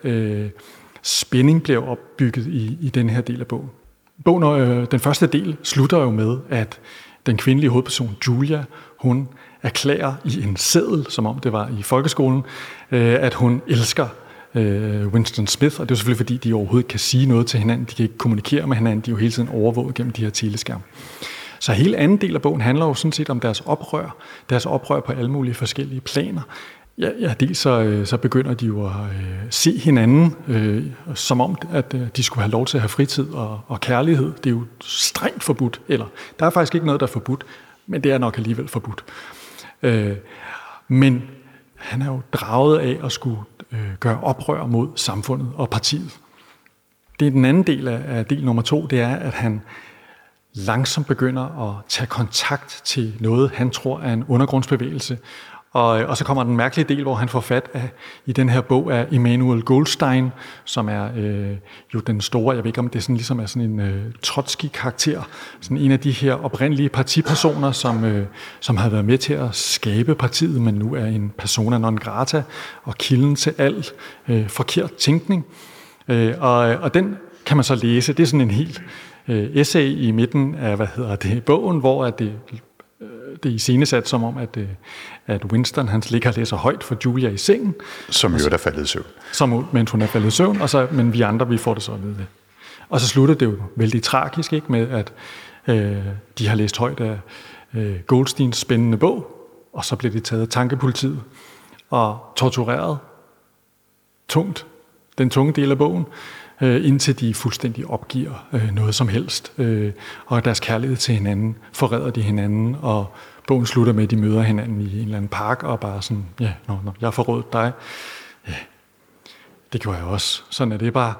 spænding bliver opbygget i, i den her del af bogen. Bogen, den første del slutter jo med, at den kvindelige hovedperson, Julia, hun erklærer i en seddel, som om det var i folkeskolen, at hun elsker Winston Smith, og det er jo selvfølgelig, fordi de overhovedet kan sige noget til hinanden, de kan ikke kommunikere med hinanden, de er jo hele tiden overvåget gennem de her teleskærme. Så hele anden del af bogen handler jo sådan set om deres oprør, deres oprør på alle mulige forskellige planer. Ja, ja dels så, så begynder de jo at øh, se hinanden, øh, som om, at øh, de skulle have lov til at have fritid og, og kærlighed. Det er jo strengt forbudt, eller der er faktisk ikke noget, der er forbudt, men det er nok alligevel forbudt. Øh, men han er jo draget af at skulle øh, gøre oprør mod samfundet og partiet. Det er den anden del af, af del nummer to, det er, at han langsomt begynder at tage kontakt til noget, han tror er en undergrundsbevægelse. Og, og så kommer den mærkelige del, hvor han får fat af, i den her bog af Emanuel Goldstein, som er øh, jo den store, jeg ved ikke om det sådan, ligesom er sådan en øh, Trotsky-karakter, sådan en af de her oprindelige partipersoner, som, øh, som har været med til at skabe partiet, men nu er en persona non grata og kilden til al øh, forkert tænkning. Øh, og, og den kan man så læse. Det er sådan en helt øh, essay i midten af, hvad hedder det, bogen, hvor at det Det er iscenesat som om, at, at Winston han ligger og læser højt for Julia i sengen. Som jo er faldet i søvn. Som, mens hun er faldet i søvn, og så, men vi andre, vi får det så at vide. Og så slutter det jo vældig tragisk, ikke, med at øh, de har læst højt af øh, Goldsteins spændende bog, og så bliver de taget af tankepolitiet og tortureret tungt, den tunge del af bogen, øh, indtil de fuldstændig opgiver øh, noget som helst. Øh, og deres kærlighed til hinanden forræder de hinanden, og bogen slutter med, at de møder hinanden i en eller anden park, og bare sådan, ja, nå, nå, jeg har forrådt dig. Ja, det gjorde jeg også. Sådan er det bare.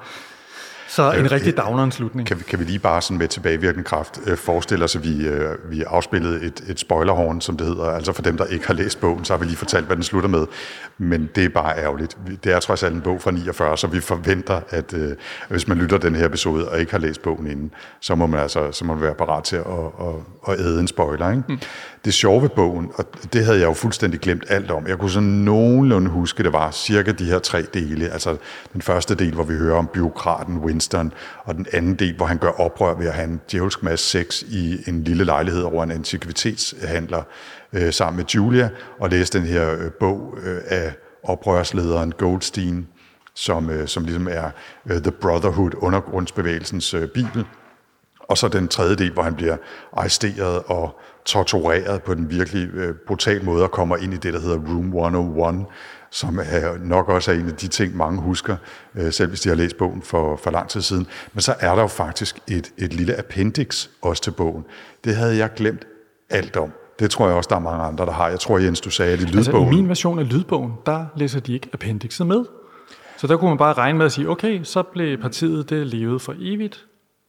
Så en rigtig downerens slutning. Kan vi, kan vi lige bare sådan med tilbagevirkende kraft øh, forestille os, at vi, øh, vi afspillede et, et spoilerhorn, som det hedder. Altså for dem, der ikke har læst bogen, så har vi lige fortalt, hvad den slutter med. Men det er bare ærgerligt. Det er trods alt en bog fra niogfyrre, så vi forventer, at øh, hvis man lytter den her episode og ikke har læst bogen inden, så må man altså så må man være parat til at, at, at æde en spoiler. Ikke? Mm. Det sjove ved bogen, og det havde jeg jo fuldstændig glemt alt om. Jeg kunne sådan nogenlunde huske, det var cirka de her tre dele. Altså den første del, hvor vi hører om bureaukraten Winston, og den anden del, hvor han gør oprør ved at have en djævelsk masse sex i en lille lejlighed over en antikvitetshandler øh, sammen med Julia, og læse den her øh, bog øh, af oprørslederen Goldstein, som, øh, som ligesom er øh, The Brotherhood, undergrundsbevægelsens øh, bibel. Og så den tredje del, hvor han bliver arresteret og tortureret på den virkelig øh, brutale måde og kommer ind i det, der hedder Room et nul et, som er nok også er en af de ting, mange husker, øh, selv hvis de har læst bogen for, for lang tid siden. Men så er der jo faktisk et, et lille appendix også til bogen. Det havde jeg glemt alt om. Det tror jeg også, der er mange andre, der har. Jeg tror, Jens, du sagde, at det er lydbogen. Altså i min version af lydbogen, der læser de ikke appendixet med. Så der kunne man bare regne med at sige, okay, så blev partiet det levet for evigt.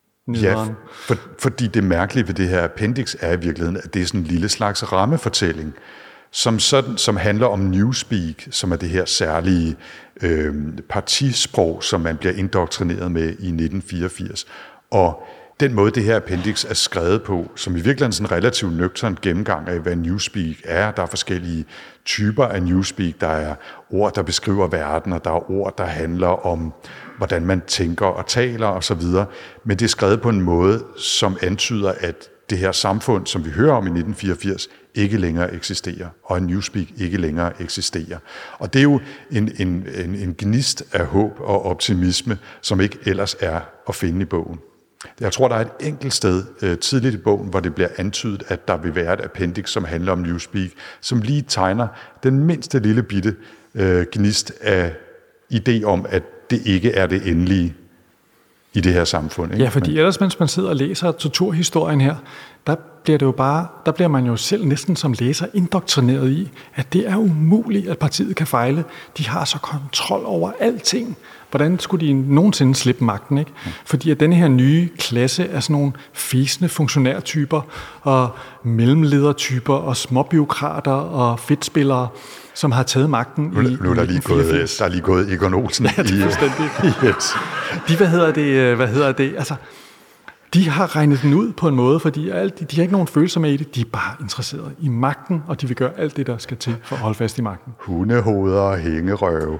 Ja, for, fordi det mærkelige ved det her appendix er i virkeligheden, at det er sådan en lille slags rammefortælling, som, sådan, som handler om newspeak, som er det her særlige øh, partisprog, som man bliver indoktrineret med i nitten fireogfirs. Og den måde, det her appendix er skrevet på, som i virkeligheden er sådan en relativt nøgtern gennemgang af, hvad newspeak er. Der er forskellige typer af newspeak. Der er ord, der beskriver verden, og der er ord, der handler om, hvordan man tænker og taler osv. Men det er skrevet på en måde, som antyder, at det her samfund, som vi hører om i nitten fireogfirs, ikke længere eksisterer, og en newspeak ikke længere eksisterer. Og det er jo en, en, en, en gnist af håb og optimisme, som ikke ellers er at finde i bogen. Jeg tror, der er et enkelt sted øh, tidligt i bogen, hvor det bliver antydet, at der vil være et appendix, som handler om newspeak, som lige tegner den mindste lille bitte øh, gnist af idé om, at det ikke er det endelige. i det her samfund. Ikke? Ja, fordi ellers, mens man sidder og læser torturhistorien her, der bliver det jo bare, der bliver man jo selv næsten som læser indoktrineret i, at det er umuligt, at partiet kan fejle. De har så kontrol over alting. Hvordan skulle de nogensinde slippe magten, ikke? Fordi at denne her nye klasse af sådan nogle fæsende funktionærtyper og mellemledertyper og småbiokrater og fedtspillere, som har taget magten nu, i nu er der lige gået, der er lige gået Egon Olsen ja, det er i, i et. De, hvad hedder det, hvad hedder det, altså, de har regnet den ud på en måde, fordi alt, de, de har ikke nogen følelser med i det, de er bare interesserede i magten, og de vil gøre alt det, der skal til for at holde fast i magten. Hundehoveder og hængerøve.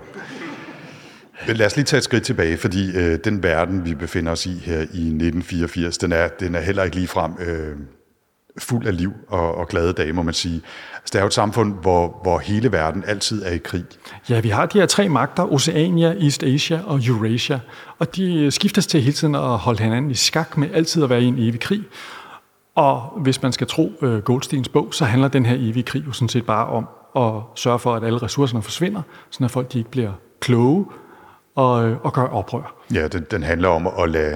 Lad os lige tage et skridt tilbage, fordi øh, den verden, vi befinder os i her i nitten fireogfirs, den er, den er heller ikke ligefrem øh, fuld af liv og, og glade dage, må man sige. Altså, det er jo et samfund, hvor, hvor hele verden altid er i krig. Ja, vi har de her tre magter, Oceania, East Asia og Eurasia, og de skiftes til hele tiden at holde hinanden i skak med altid at være i en evig krig. Og hvis man skal tro øh, Goldsteins bog, så handler den her evige krig jo sådan set bare om at sørge for, at alle ressourcerne forsvinder, sådan at folk de ikke bliver kloge og, og gør oprør. Ja, den, den handler om at lade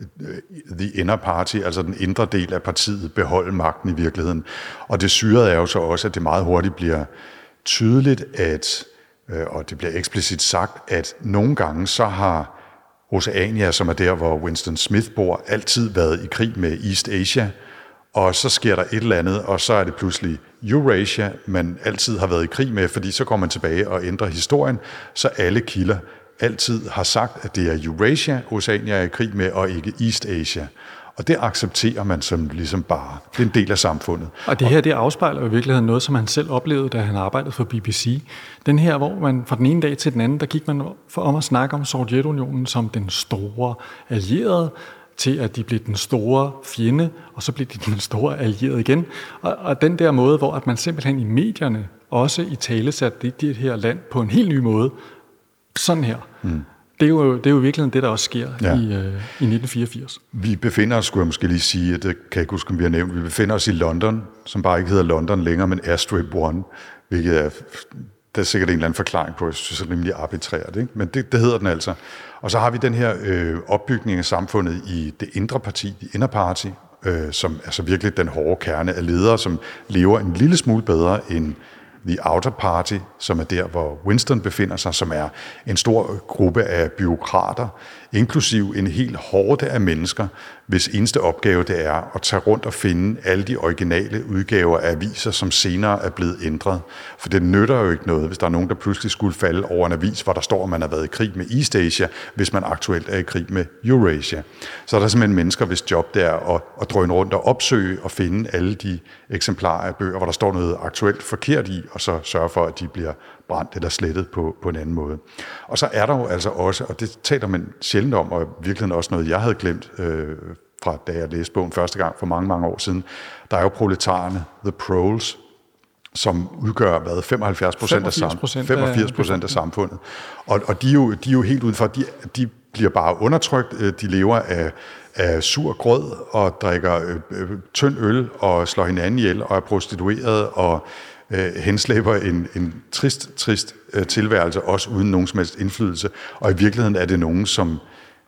the inner party, altså den indre del af partiet, beholde magten i virkeligheden. Og det syrede er jo så også, at det meget hurtigt bliver tydeligt, at, og det bliver eksplicit sagt, at nogle gange så har Oceania, som er der, hvor Winston Smith bor, altid været i krig med East Asia, og så sker der et eller andet, og så er det pludselig Eurasia, man altid har været i krig med, fordi så går man tilbage og ændrer historien, så alle kilder altid har sagt, at det er Eurasia, Oceania er i krig med, og ikke East Asia. Og det accepterer man som ligesom bare. Det er en del af samfundet. Og det her, det afspejler i virkeligheden noget, som han selv oplevede, da han arbejdede for B B C. Den her, hvor man fra den ene dag til den anden, der gik man for om at snakke om Sovjetunionen som den store allierede, til at de blev den store fjende, og så blev de den store allierede igen. Og, og den der måde, hvor at man simpelthen i medierne også i tale satte det, det her land på en helt ny måde, sådan her. Mm. Det er jo det er jo virkelig det, der også sker ja. i, øh, i nitten fireogfirs. Vi befinder os, skulle jeg måske lige sige, det kan jeg ikke huske, om vi har nævnt, vi befinder os i London, som bare ikke hedder London længere, men Airstrip One, hvilket er, der er sikkert en eller anden forklaring på, jeg synes, det er rimelig arbitrært, ikke? Men det, det hedder den altså. Og så har vi den her øh, opbygning af samfundet i det indre parti, det inner party, øh, som er så virkelig den hårde kerne af ledere, som lever en lille smule bedre end The Outer Party, som er der, hvor Winston befinder sig, som er en stor gruppe af bureaukrater, inklusiv en hel horde af mennesker, hvis eneste opgave det er at tage rundt og finde alle de originale udgaver af aviser, som senere er blevet ændret. For det nytter jo ikke noget, hvis der er nogen, der pludselig skulle falde over en avis, hvor der står, at man har været i krig med East Asia, hvis man aktuelt er i krig med Eurasia. Så er der simpelthen mennesker, hvis job det er at, at drøne rundt og opsøge og finde alle de eksemplarer af bøger, hvor der står noget aktuelt forkert i, og så sørge for, at de bliver brændt eller slettet på, på en anden måde. Og så er der jo altså også, og det taler man sjældent om, og virkelig også noget, jeg havde glemt øh, fra da jeg læste bogen første gang for mange, mange år siden, der er jo proletarerne, the proles, som udgør hvad, femoghalvfjerds procent af, sam- femogfirs procent af samfundet. Og, og de, er jo, de er jo helt udenfor, de, de bliver bare undertrykt, de lever af, af sur grød og drikker øh, tynd øl og slår hinanden ihjel og er prostitueret og øh, henslæber en, en trist, trist øh, tilværelse, også uden nogen som helst indflydelse. Og i virkeligheden er det nogen, som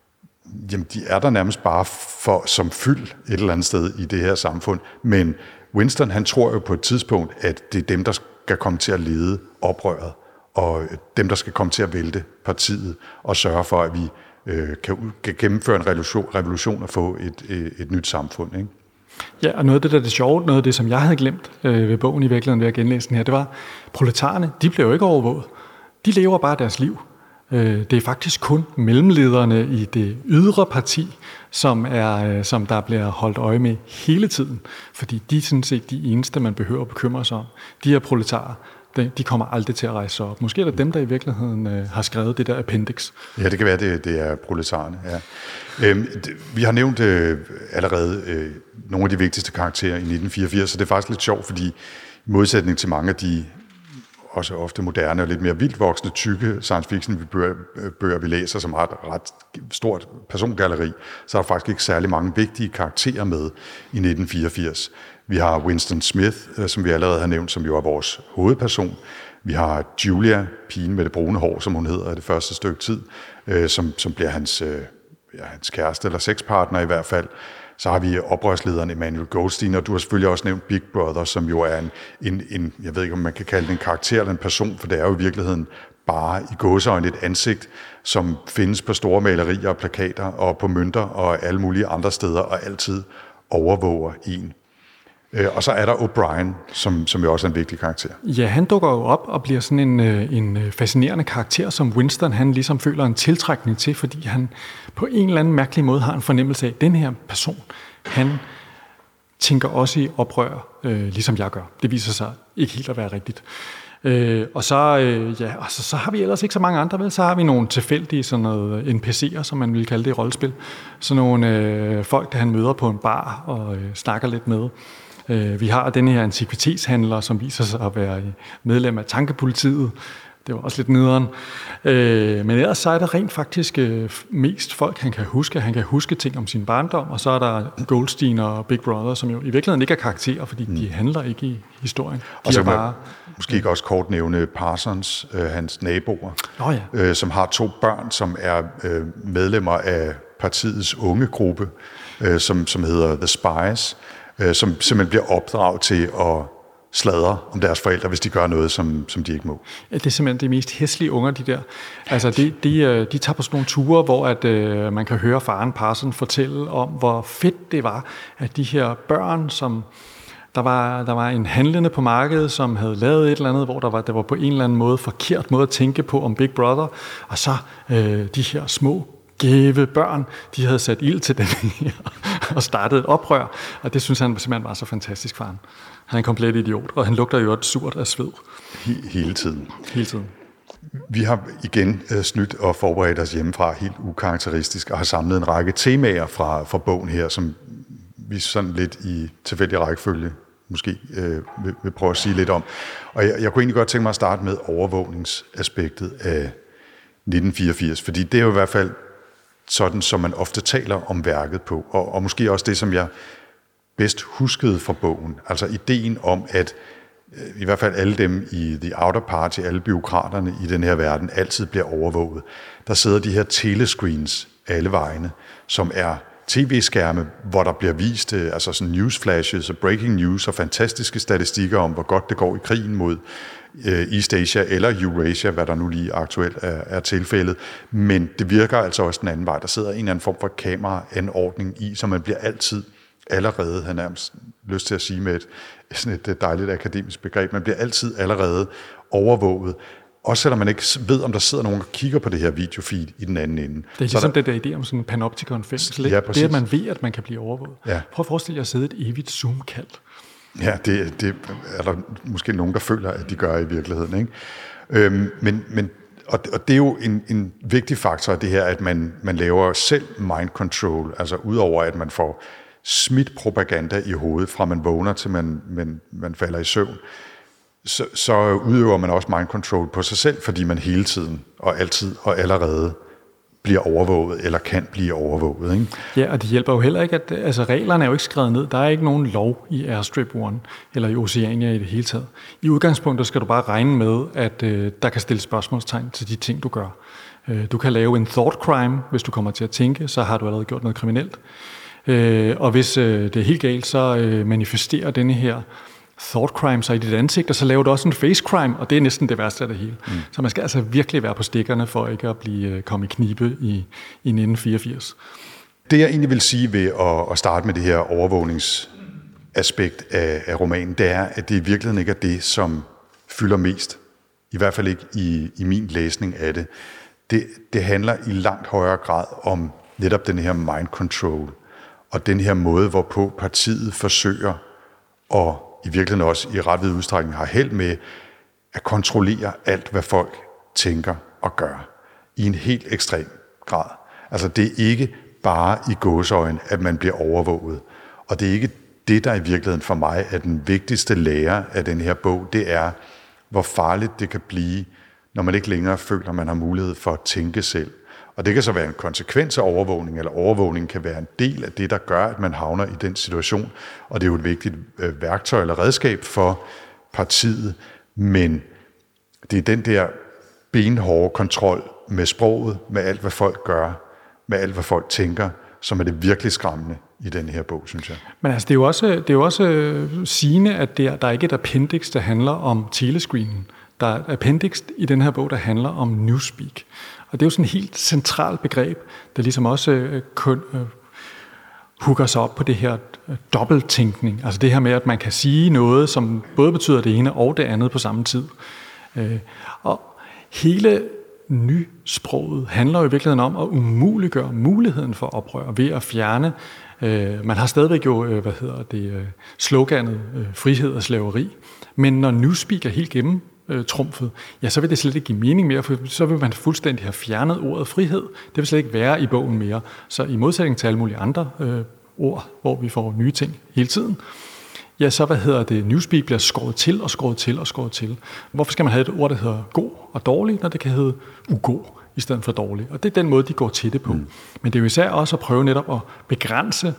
jamen, de er der nærmest bare for, som fyld et eller andet sted i det her samfund. Men Winston, han tror jo på et tidspunkt, at det er dem, der skal komme til at lede oprøret, og dem, der skal komme til at vælte partiet, og sørge for, at vi øh, kan, kan gennemføre en revolution, revolution og få et, et, et nyt samfund, ikke? Ja, og noget af det, der er det sjove, noget af det, som jeg havde glemt øh, ved bogen i virkeligheden ved at genlæse den her, det var, proletarerne, de blev jo ikke overvåget. De lever bare deres liv. Det er faktisk kun mellemlederne i det ydre parti, som, er, som der bliver holdt øje med hele tiden. Fordi de er sådan set de eneste, man behøver at bekymre sig om. De her proletarer, de kommer aldrig til at rejse sig op. Måske er det dem, der i virkeligheden har skrevet det der appendix. Ja, det kan være, det, det er proletarerne. Ja. Øhm, det, vi har nævnt øh, allerede øh, nogle af de vigtigste karakterer i nitten fireogfirs, så det er faktisk lidt sjovt, fordi i modsætning til mange af de også ofte moderne og lidt mere vildt voksne, tykke science fiction bøger, bøger, vi læser, som har et ret stort persongalleri, så er der faktisk ikke særlig mange vigtige karakterer med i nitten fireogfirs. Vi har Winston Smith, som vi allerede har nævnt, som jo er vores hovedperson. Vi har Julia, pigen med det brune hår, som hun hedder i det første stykke tid, som, som bliver hans ja, hans kæreste eller sexpartner i hvert fald. Så har vi oprørslederen Emmanuel Goldstein, og du har selvfølgelig også nævnt Big Brother, som jo er en, en, en jeg ved ikke, om man kan kalde det en karakter eller en person, for det er jo i virkeligheden bare i gåseøjne et ansigt, som findes på store malerier og plakater og på mønter og alle mulige andre steder, og altid overvåger en. Og så er der O'Brien, som, som jo også er en vigtig karakter. Ja, han dukker jo op og bliver sådan en, en fascinerende karakter, som Winston han ligesom føler en tiltrækning til, fordi han på en eller anden mærkelig måde har en fornemmelse af, at den her person, han tænker også i oprør, øh, ligesom jeg gør. Det viser sig ikke helt at være rigtigt. Øh, og så, øh, ja, altså, så har vi ellers ikke så mange andre, vel? Så har vi nogle tilfældige sådan noget N P C'er, som man vil kalde det i rollespil. Sådan nogle øh, folk, der han møder på en bar og øh, snakker lidt med. Vi har denne her antikvitetshandler, som viser sig at være medlem af tankepolitiet. Det var også lidt nederen. Men ellers så er der rent faktisk mest folk, han kan huske. Han kan huske ting om sin barndom, og så er der Goldstein og Big Brother, som jo i virkeligheden ikke er karakterer, fordi de handler ikke i historien. De og så bare, man måske ikke også kort nævne Parsons, hans naboer, oh ja. som har to børn, som er medlemmer af partiets unge gruppe, som, som hedder The Spies, som simpelthen bliver opdraget til at sladre om deres forældre, hvis de gør noget, som, som de ikke må. Ja, det er simpelthen de mest hæslige unger, de der. Altså, de, de, de tager på sådan nogle ture, hvor at, øh, man kan høre faren Parson fortælle om, hvor fedt det var, at de her børn, som der var, der var en handlende på markedet, som havde lavet et eller andet, hvor der var, der var på en eller anden måde forkert måde at tænke på om Big Brother, og så øh, de her små gæve børn, de havde sat ild til den her og startet et oprør, og det synes han simpelthen var så fantastisk for ham. Han er en komplet idiot, og han lugter jo et surt af sved. Hele tiden. Hele tiden. Vi har igen øh, snydt og forberedt os hjemmefra helt ukarakteristisk, og har samlet en række temaer fra, fra bogen her, som vi sådan lidt i tilfældig rækkefølge måske øh, vil, vil prøve at sige lidt om. Og jeg, jeg kunne egentlig godt tænke mig at starte med overvågningsaspektet af nitten fireogfirs, fordi det er jo i hvert fald sådan, som man ofte taler om værket på, og, og måske også det, som jeg bedst huskede fra bogen, altså ideen om, at øh, i hvert fald alle dem i The Outer Party, alle bureaukraterne i den her verden, altid bliver overvåget. Der sidder de her telescreens alle vegne, som er tv-skærme, hvor der bliver vist øh, altså sådan newsflashes og breaking news og fantastiske statistikker om, hvor godt det går i krigen mod øh, East Asia eller Eurasia, hvad der nu lige aktuelt er, er tilfældet. Men det virker altså også den anden vej. Der sidder en eller anden form for kameraanordning i, så man bliver altid allerede, han nærmest lyst til at sige med et, sådan et dejligt akademisk begreb, man bliver altid allerede overvåget. Også selvom man ikke ved, om der sidder nogen, der kigger på det her videofeed i den anden ende. Det er ligesom der, det der idé om sådan en panoptikon-fængsel. Ja, det er, at man ved, at man kan blive overvåget. Ja. Prøv at forestille jer at sidde et evigt Zoom-kald. Ja, det, det er der måske nogen, der føler, at de gør i virkeligheden. Ikke? Øhm, men, men, og, og det er jo en, en vigtig faktor af det her, at man, man laver selv mind control, altså udover at man får smidt propaganda i hovedet, fra man vågner til man, man, man falder i søvn, så, så udøver man også mind control på sig selv, fordi man hele tiden og altid og allerede bliver overvåget, eller kan blive overvåget. Ikke? Ja, og det hjælper jo heller ikke, at altså, reglerne er jo ikke skrevet ned. Der er ikke nogen lov i Airstrip One, eller i Oceania i det hele taget. I udgangspunktet skal du bare regne med, at øh, der kan stilles spørgsmålstegn til de ting, du gør. Øh, du kan lave en thought crime, hvis du kommer til at tænke, så har du allerede gjort noget kriminelt. Øh, og hvis øh, det er helt galt, så øh, manifesterer denne her thought crime sig i dit ansigt, og så laver du også en face crime, og det er næsten det værste af det hele. Mm. Så man skal altså virkelig være på stikkerne for ikke at blive komme i knibe i, i nitten fireogfirs. Det jeg egentlig vil sige ved at, at starte med det her overvågningsaspekt af, af romanen, det er, at det i virkeligheden ikke er det, som fylder mest. I hvert fald ikke i, i min læsning af det. det. Det handler i langt højere grad om netop den her mind control, og den her måde, hvorpå partiet forsøger at i virkeligheden også i ret vid udstrækning har held med at kontrollere alt, hvad folk tænker og gør, i en helt ekstrem grad. Altså det er ikke bare i gåseøjne, at man bliver overvåget. Og det er ikke det, der i virkeligheden for mig er den vigtigste lære af den her bog. Det er, hvor farligt det kan blive, når man ikke længere føler, at man har mulighed for at tænke selv. Og det kan så være en konsekvens af overvågning, eller overvågning kan være en del af det, der gør, at man havner i den situation. Og det er jo et vigtigt øh, værktøj eller redskab for partiet. Men det er den der benhårde kontrol med sproget, med alt, hvad folk gør, med alt, hvad folk tænker, som er det virkelig skræmmende i den her bog, synes jeg. Men altså, det er jo også, det er jo også sigende, at det er, der er ikke et appendix, der handler om telescreenen. Der er et appendix i den her bog, der handler om Newspeak. Og det er jo sådan et helt centralt begreb, der ligesom også øh, kun øh, hooker sig op på det her øh, dobbelttænkning. Altså det her med, at man kan sige noget, som både betyder det ene og det andet på samme tid. Øh, og hele nysproget handler jo i virkeligheden om at umuliggøre muligheden for oprør ved at fjerne. Øh, man har stadigvæk jo, øh, hvad hedder det, øh, sloganet øh, frihed og slaveri. Men når Newspeak er helt gennem trumfet, ja, så vil det slet ikke give mening mere, for så vil man fuldstændig have fjernet ordet frihed. Det vil slet ikke være i bogen mere. Så i modsætning til alle mulige andre øh, ord, hvor vi får nye ting hele tiden, ja, så hvad hedder det, Newspeak bliver skåret til og skåret til og skåret til. Hvorfor skal man have et ord, der hedder god og dårlig, når det kan hedde ugod i stedet for dårlig? Og det er den måde, de går til det på. Mm. Men det er jo især også at prøve netop at begrænse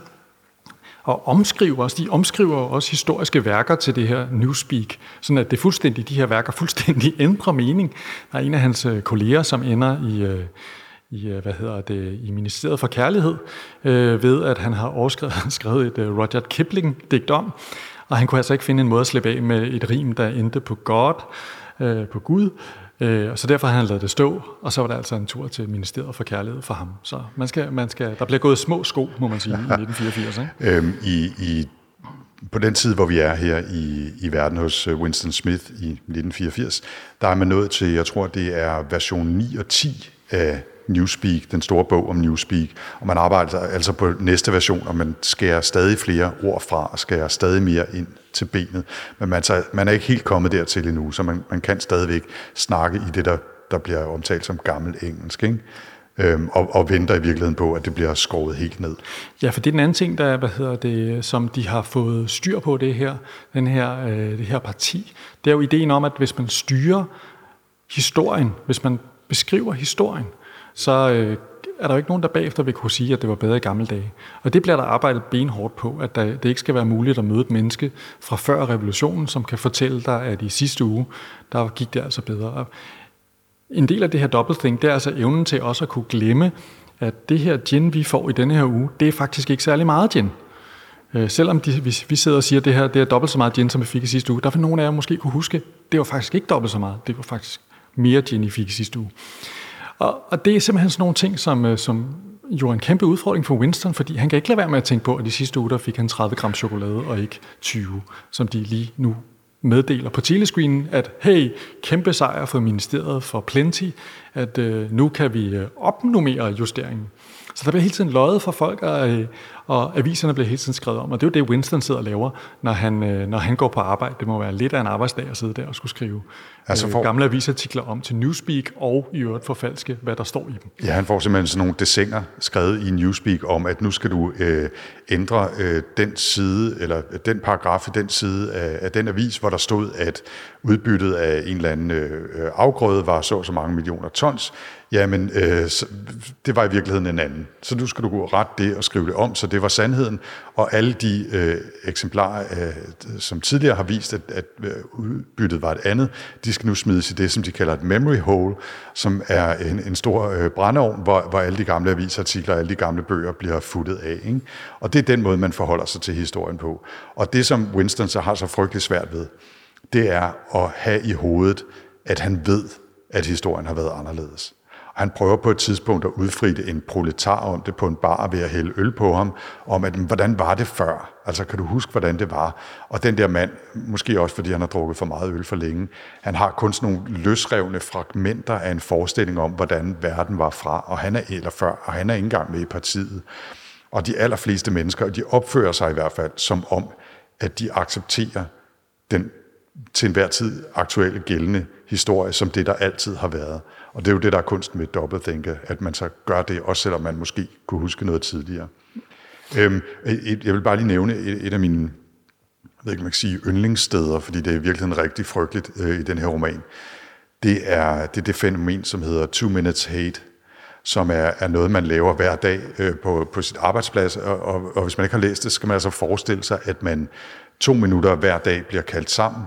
og omskriver også, de omskriver også historiske værker til det her Newspeak, sådan at det fuldstændig, de her værker fuldstændig ændrer mening. Der er en af hans kolleger, som ender i, i hvad hedder det, i Ministeriet for Kærlighed, øh, ved at han har overskrevet, skrevet et uh, Rudyard Kipling-digt om, og han kunne altså ikke finde en måde at slippe af med et rim, der endte på God, øh, på Gud, og så derfor har han ladet det stå, og så var der altså en tur til Ministeriet for Kærlighed for ham. Så man skal, man skal, der bliver gået små sko, må man sige, i nitten fireogfirs. Ikke? Øhm, i, i, på den tid, hvor vi er her i, i verden hos Winston Smith i nitten fireogfirs, der er man nået til, jeg tror, det er version ni og ti af Newspeak, den store bog om Newspeak, og man arbejder altså på næste version, og man skærer stadig flere ord fra, og skærer stadig mere ind til benet, men man, så, man er ikke helt kommet dertil endnu, så man, man kan stadigvæk snakke i det, der, der bliver omtalt som gammel engelsk, ikke? Øhm, og, og venter i virkeligheden på, at det bliver skåret helt ned. Ja, for det er den anden ting, der, hvad hedder det, som de har fået styr på det her, den her, øh, det her parti, det er jo ideen om, at hvis man styrer historien, hvis man beskriver historien, så øh, er der jo ikke nogen, der bagefter vil kunne sige, at det var bedre i gamle dage. Og det bliver der arbejdet benhårdt på, at der, det ikke skal være muligt at møde et menneske fra før revolutionen, som kan fortælle dig, at i sidste uge, der gik det altså bedre. Og en del af det her doublethink, det er altså evnen til også at kunne glemme, at det her gin, vi får i denne her uge, det er faktisk ikke særlig meget gin. Øh, selvom de, hvis vi sidder og siger, at det her det er dobbelt så meget gin, som vi fik i sidste uge, der vil nogen af jer måske kunne huske, det var faktisk ikke dobbelt så meget, det var faktisk mere gin, I fik i sidste uge. Og, og det er simpelthen sådan nogle ting, som, som jo er en kæmpe udfordring for Winston, fordi han kan ikke lade være med at tænke på, at de sidste uger, der fik han tredive gram chokolade og ikke tyve, som de lige nu meddeler på telescreenen, at hey, kæmpe sejr for ministeriet for Plenty, at øh, nu kan vi øh, opnormere justeringen. Så der bliver hele tiden løjet for folk, og, øh, og aviserne bliver hele tiden skrevet om, og det er jo det, Winston sidder og laver, når han, øh, når han går på arbejde. Det må være lidt af en arbejdsdag at sidde der og skulle skrive altså for... øh, gamle avisartikler om til Newspeak, og i øvrigt forfalske, hvad der står i dem. Ja, han får simpelthen sådan nogle dessiner skrevet i Newspeak om, at nu skal du øh, ændre øh, den side, eller den paragraf i den side af, af den avis, hvor der stod, at udbyttet af en eller anden øh, afgrøde var så så mange millioner tons. Jamen, øh, det var i virkeligheden en anden. Så nu skal du gå ret det og skrive det om, så det var sandheden. Og alle de øh, eksemplarer, øh, som tidligere har vist, at, at udbyttet var et andet, de skal nu smides i det, som de kalder et memory hole, som er en, en stor øh, brændeovn, hvor, hvor alle de gamle avisartikler og alle de gamle bøger bliver futtet af. Ikke? Og det er den måde, man forholder sig til historien på. Og det, som Winston så har så frygtelig svært ved, det er at have i hovedet, at han ved, at historien har været anderledes. Han prøver på et tidspunkt at udfritte en proletar om det på en bar ved at hælde øl på ham, om at, hvordan var det før? Altså, kan du huske, hvordan det var? Og den der mand, måske også fordi han har drukket for meget øl for længe, han har kun sådan nogle løsrevne fragmenter af en forestilling om, hvordan verden var fra, og han er eller før, og han er ikke engang med i partiet. Og de allerfleste mennesker, de opfører sig i hvert fald som om, at de accepterer den til enhver tid aktuelle gældende historie, som det, der altid har været. Og det er jo det, der er kunsten med doublethink, at man så gør det, også selvom man måske kunne huske noget tidligere. Øhm, jeg vil bare lige nævne et, et af mine, jeg ved ikke, man kan sige, yndlingssteder, fordi det er virkelig en rigtig frygteligt øh, i den her roman. Det er det, er det fænomen, som hedder two minutes hate, som er, er noget, man laver hver dag øh, på, på sit arbejdsplads, og, og, og hvis man ikke har læst det, så skal man altså forestille sig, at man to minutter hver dag bliver kaldt sammen,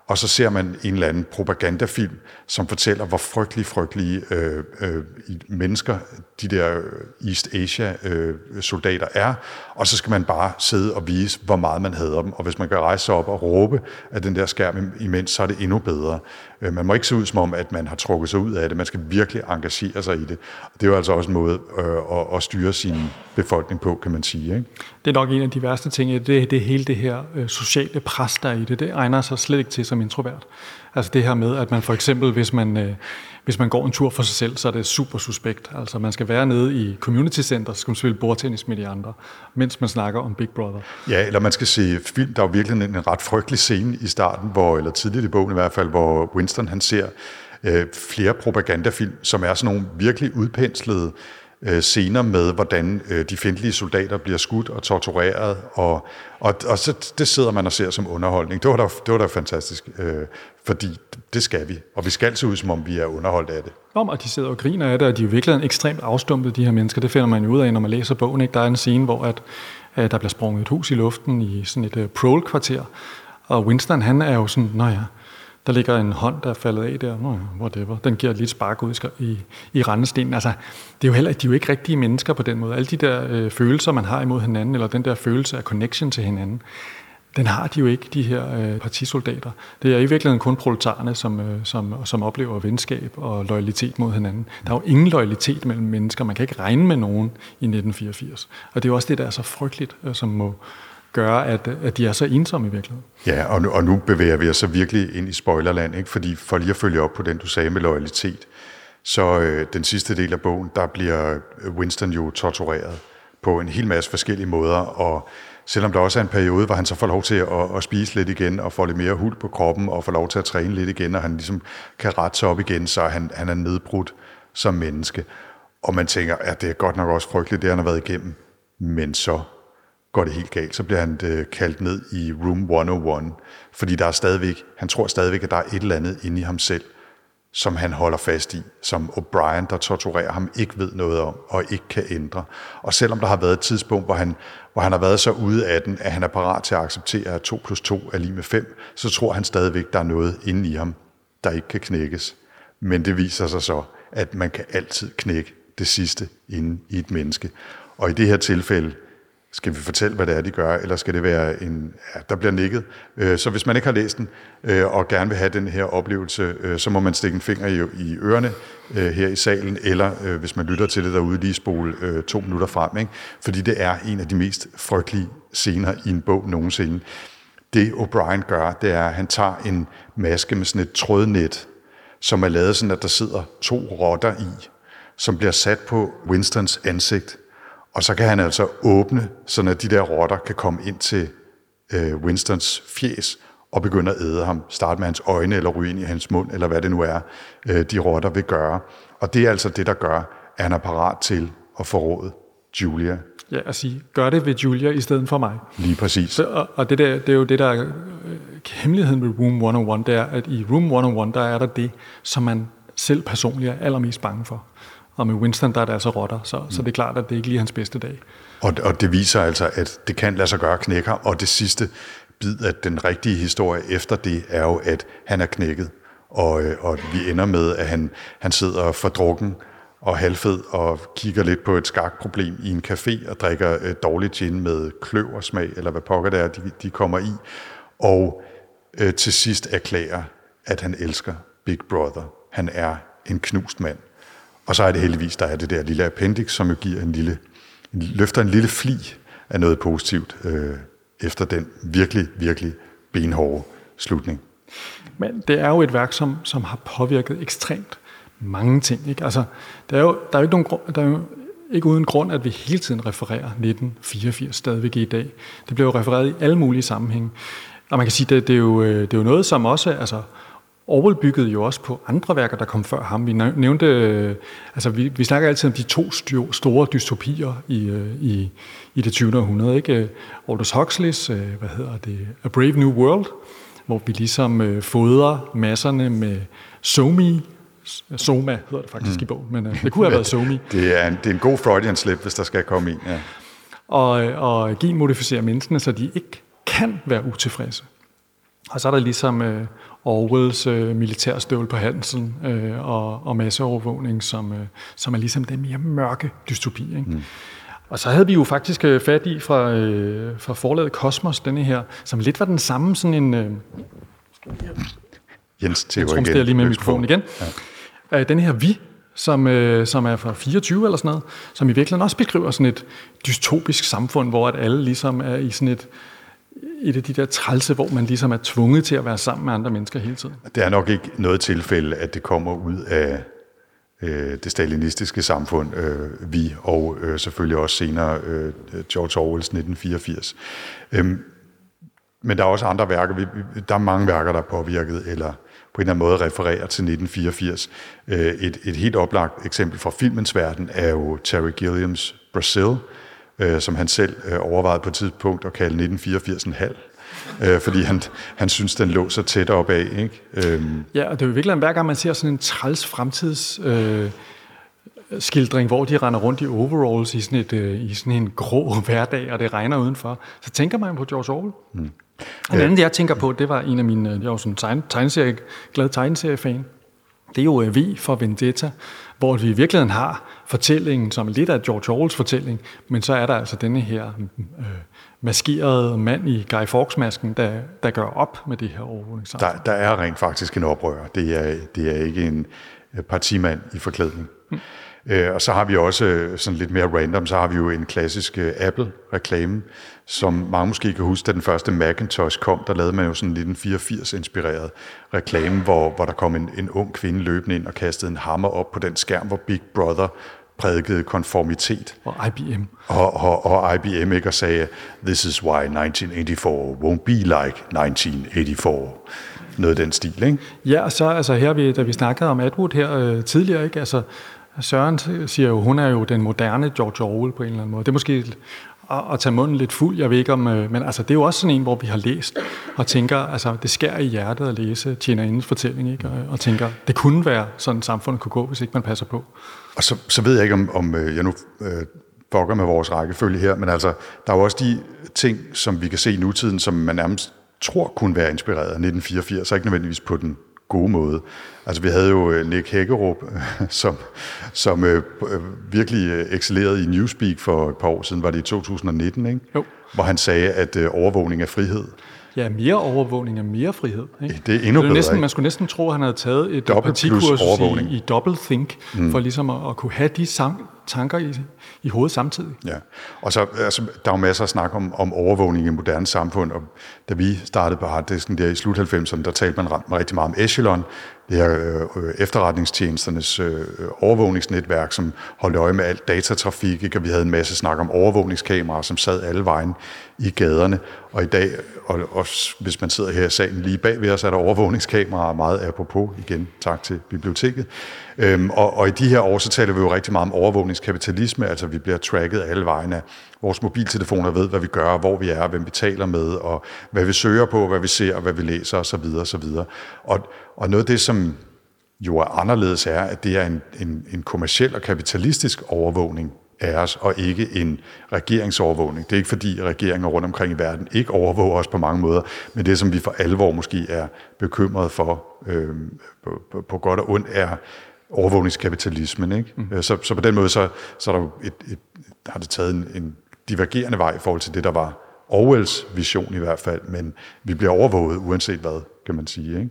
og så ser man en eller anden propagandafilm, som fortæller, hvor frygtelige, frygtelige øh, øh, mennesker de der East Asia-soldater øh, er, og så skal man bare sidde og vise, hvor meget man hader dem, og hvis man kan rejse sig op og råbe af den der skærm imens, så er det endnu bedre. Øh, man må ikke se ud som om, at man har trukket sig ud af det, man skal virkelig engagere sig i det. Det er jo altså også en måde øh, at, at styre sin befolkning på, kan man sige. Ikke? Det er nok en af de værste ting, det, det hele det her øh, sociale pres, der er i det, det egner sig slet ikke til som introvert. Altså det her med, at man for eksempel, hvis man, øh, hvis man går en tur for sig selv, så er det super suspekt. Altså man skal være nede i community center, så skal man spille bordtennis med de andre, mens man snakker om Big Brother. Ja, eller man skal se film. Der er jo virkelig en ret frygtelig scene i starten, hvor, eller tidligt i bogen i hvert fald, hvor Winston han ser øh, flere propagandafilm, som er sådan nogle virkelig udpenslede øh, scener med, hvordan øh, de fjendtlige soldater bliver skudt og tortureret, og, og, og så det sidder man og ser som underholdning. Det var da, det var da fantastisk, øh, fordi det skal vi, og vi skal se ud, som om vi er underholdt af det. Om, og de sidder og griner af det, og de er jo virkelig ekstremt afstumpede, de her mennesker. Det finder man jo ud af, når man læser bogen. Ikke? Der er en scene, hvor at, at der bliver sprunget et hus i luften i sådan et uh, prole-kvarter, og Winston, han er jo sådan, nå ja, der ligger en hånd, der er faldet af der, nå ja, whatever. Den giver lidt spark ud i, i rendestenen. Altså, det er jo heller, de er jo ikke rigtige mennesker på den måde. Alle de der øh, følelser, man har imod hinanden, eller den der følelse af connection til hinanden, den har de jo ikke, de her øh, partisoldater. Det er i virkeligheden kun proletarerne, som, øh, som, som oplever venskab og loyalitet mod hinanden. Der er jo ingen loyalitet mellem mennesker. Man kan ikke regne med nogen i nitten fireogfirs. Og det er jo også det, der er så frygteligt, øh, som må gøre, at, at de er så ensomme i virkeligheden. Ja, og nu, og nu bevæger vi os så virkelig ind i spoilerland, ikke? Fordi for lige at følge op på den, du sagde med loyalitet, så øh, den sidste del af bogen, der bliver Winston jo tortureret på en hel masse forskellige måder, og selvom der også er en periode, hvor han så får lov til at, at spise lidt igen, og får lidt mere hud på kroppen, og får lov til at træne lidt igen, og han ligesom kan rette sig op igen, så han, han er nedbrudt som menneske. Og man tænker, at det er godt nok også frygteligt, det han har været igennem, men så går det helt galt. Så bliver han øh, kaldt ned i room et nul et, fordi der er stadigvæk, han tror stadigvæk, at der er et eller andet inde i ham selv, som han holder fast i, som O'Brien, der torturerer ham, ikke ved noget om, og ikke kan ændre. Og selvom der har været et tidspunkt, hvor han, hvor han har været så ude af den, at han er parat til at acceptere, at to plus to er lige med fem, så tror han stadigvæk, der er noget inde i ham, der ikke kan knækkes. Men det viser sig så, at man kan altid knække det sidste inde i et menneske. Og i det her tilfælde, skal vi fortælle, hvad det er, de gør, eller skal det være en... Ja, der bliver nikket. Så hvis man ikke har læst den, og gerne vil have den her oplevelse, så må man stikke en finger i ørerne her i salen, eller hvis man lytter til det derude, lige spole to minutter frem. Ikke? Fordi det er en af de mest frygtelige scener i en bog nogensinde. Det O'Brien gør, det er, at han tager en maske med sådan et trådnet, som er lavet sådan, at der sidder to rotter i, som bliver sat på Winstons ansigt. Og så kan han altså åbne, så at de der rotter kan komme ind til øh, Winstons fjes og begynde at æde ham. Starte med hans øjne eller ryge ind i hans mund, eller hvad det nu er, øh, de rotter vil gøre. Og det er altså det, der gør, at han er parat til at forråde Julia. Ja, at sige, gør det ved Julia i stedet for mig. Lige præcis. Så, og og det, der, det er jo det, der er hemmeligheden med Room et nul et, det er, at i Room et nul et, der er der det, som man selv personligt er allermest bange for. Og med Winston, der er der altså rotter, så, mm. så det er klart, at det ikke lige er hans bedste dag. Og, og det viser altså, at det kan lade sig gøre knækker, og det sidste bid af den rigtige historie efter det, er jo, at han er knækket, og, og vi ender med, at han, han sidder fordrukken og halvfed og kigger lidt på et skakproblem i en café og drikker øh, dårlig gin med kløversmag, eller hvad pokker det er, de, de kommer i, og øh, til sidst erklærer, at han elsker Big Brother. Han er en knust mand. Og så er det heldigvis, der er det der lille appendix, som jo giver en lille, løfter en lille fli af noget positivt øh, efter den virkelig, virkelig benhårde slutning. Men det er jo et værk, som, som har påvirket ekstremt mange ting. Ikke? Altså, der er jo, der er jo ikke, nogen grund, der er jo ikke uden grund, at vi hele tiden refererer nitten fireogfirs stadigvæk i dag. Det bliver jo refereret i alle mulige sammenhænge. Og man kan sige, det, det, er, jo, det er jo noget, som også... Altså, Orwell byggede jo også på andre værker, der kom før ham. Vi nævnte, altså vi, vi snakker altid om de to store dystopier i, i, i det tyvende århundrede, ikke? Aldous Huxleys, hvad hedder det, A Brave New World, hvor vi ligesom fodrer masserne med Somi, Soma hedder det faktisk mm. i bogen, men det kunne have været Somi. Det er en, det er en god Freudian slip, hvis der skal komme en. Ja. Og, og genmodificere menneskene, så de ikke kan være utilfredse. Og så er der ligesom uh, Orwells øh, militærstøvle på halsen øh, og, og masseovervågning, som, øh, som er ligesom den mere mørke dystopi. Ikke? Mm. Og så havde vi jo faktisk øh, fat i fra, øh, fra forlaget Kosmos, denne her, som lidt var den samme sådan en... Øh, Jens Theo igen. Jeg lige med mikrofonen igen. Ja. Øh, den her Vi, som, øh, som er fra fireogtyve eller sådan noget, som i virkeligheden også beskriver sådan et dystopisk samfund, hvor at alle ligesom er i sådan et, et af de der trælse, hvor man ligesom er tvunget til at være sammen med andre mennesker hele tiden. Det er nok ikke noget tilfælde, at det kommer ud af øh, det stalinistiske samfund, øh, Vi, og øh, selvfølgelig også senere øh, George Orwells nitten fireogfirs. Øhm, men der er også andre værker, vi, der er mange værker, der er påvirket, eller på en eller anden måde refererer til nitten fireogfirs. Et, et helt oplagt eksempel fra filmens verden er jo Terry Gilliams Brazil, som han selv overvejede på et tidspunkt at kalde nitten fireogfirs en halv, fordi han, han synes, den lå så tæt op af. Ikke? Ja, og det er jo virkelig, hver gang man ser sådan en træls fremtids... Øh skildring, hvor de render rundt i overalls i sådan, et, i sådan en grå hverdag, og det regner udenfor, så tænker man på George Orwell. Mm. En anden, jeg tænker på, det var en af mine, jeg var sådan en tegne, tegneserie, glad tegneseriefan. Det er jo uh, V for Vendetta, hvor vi i virkeligheden har fortællingen, som er lidt af George Orwells fortælling, men så er der altså denne her øh, maskerede mand i Guy Fawkes-masken, der, der gør op med det her overvågningssamfund. Der, der er rent faktisk en oprører. Det er, det er ikke en partimand i forklædning. Mm. Øh, og så har vi også sådan lidt mere random, så har vi jo en klassisk uh, Apple-reklame, som mange måske kan huske, da den første Macintosh kom, der lavede man jo sådan en nitten fireogfirs-inspireret reklame, hvor, hvor der kom en, en ung kvinde løbende ind og kastede en hammer op på den skærm, hvor Big Brother prædikede konformitet. Og I B M. Og, og, og I B M ikke og sagde, this is why nineteen eighty-four won't be like nineteen eighty-four. Noget af den stil, ikke? Ja, og så altså her, da vi snakkede om Atwood her øh, tidligere, ikke? Altså, Søren siger jo, hun er jo den moderne George Orwell på en eller anden måde. Det er måske at, at tage munden lidt fuld, jeg ved ikke om, men altså, det er jo også sådan en, hvor vi har læst og tænker, altså det skærer i hjertet at læse tjenerindens fortælling, ikke? Og, og tænker, det kunne være sådan, samfundet kunne gå, hvis ikke man passer på. Og så, så ved jeg ikke, om, om jeg nu øh, fucker med vores rækkefølge her, men altså, der er jo også de ting, som vi kan se i nutiden, som man nærmest tror kunne være inspireret af nitten fireogfirs, så ikke nødvendigvis på den gode måde. Altså vi havde jo Nick Hækkerup, som, som øh, virkelig excellerede i Newspeak for et par år siden, var det i to tusind nitten, ikke? Jo. Hvor han sagde, at øh, overvågning er frihed. Ja, mere overvågning er mere frihed. Ikke? Det er endnu bedre. Næsten, man skulle næsten tro, at han havde taget et partikursus i, i doublethink, mm. for ligesom at, at kunne have de sam- tanker i, i hovedet samtidig. Ja, og så altså, der er jo masser af snak om, om overvågning i moderne samfund, og da vi startede på harddisken der i slut halvfemserne, der talte man rigtig meget om Echelon, det her øh, efterretningstjenesternes øh, overvågningsnetværk, som holdt øje med alt datatrafik, ikke? Og vi havde en masse snak om overvågningskameraer, som sad alle vejen i gaderne, og i dag, og også hvis man sidder her i salen lige bag ved os, er der overvågningskameraer, meget apropos, igen, tak til biblioteket. Øhm, og, og i de her år, så taler vi jo rigtig meget om overvågningskapitalisme, altså vi bliver tracket alle vejen af vores mobiltelefoner, ved hvad vi gør, hvor vi er, hvem vi taler med, og hvad vi søger på, hvad vi ser, og hvad vi læser, osv. osv. Og, og noget af det, som jo er anderledes, er, at det er en, en, en kommerciel og kapitalistisk overvågning af os, og ikke en regeringsovervågning. Det er ikke fordi regeringer rundt omkring i verden ikke overvåger os på mange måder, men det, som vi for alvor måske er bekymret for, øh, på, på, på godt og ondt, er overvågningskapitalismen. Ikke? Mm. Så, så på den måde, så, så er der jo et, et, har det taget en, en divergerende vej i forhold til det, der var Orwells vision i hvert fald, men vi bliver overvåget uanset hvad, kan man sige, ikke?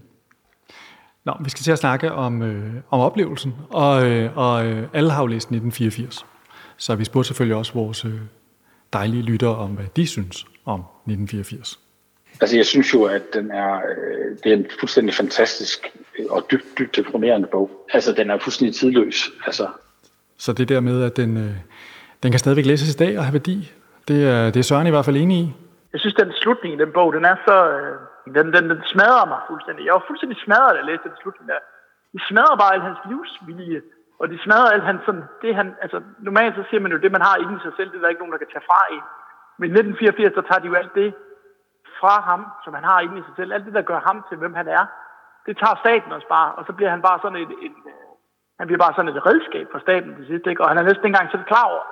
Nå, vi skal til at snakke om, øh, om oplevelsen, og, øh, og øh, alle har jo læst nitten fireogfirs. Så vi spurgte selvfølgelig også vores øh, dejlige lyttere om, hvad de synes om nitten fireogfirs. Altså, jeg synes jo, at den er, øh, det er en fuldstændig fantastisk og dybt, dybt deprimerende bog. Altså, den er fuldstændig tidløs. Altså. Så det der med, at den, øh, den kan stadigvæk læses i dag og have værdi, det er, det er Søren i hvert fald enig i. Jeg synes, den slutning i den bog, den er så... Øh, den, den, den smadrer mig fuldstændig. Jeg var fuldstændig smadret, da jeg læste den slutning der. De smadrer bare al hans livsvilje. Og de smadrer alt hans sådan... Det han, altså, normalt så siger man jo, det man har inde i sig selv, det er der ikke nogen, der kan tage fra en. Men i nitten fireogfirs, der tager de jo alt det fra ham, som han har inde i sig selv. Alt det, der gør ham til, hvem han er. Det tager staten også bare. Og så bliver han bare sådan et... et han bliver bare sådan et redskab for staten til sidst, ikke? Og han er næsten ikke engang selv klar over det.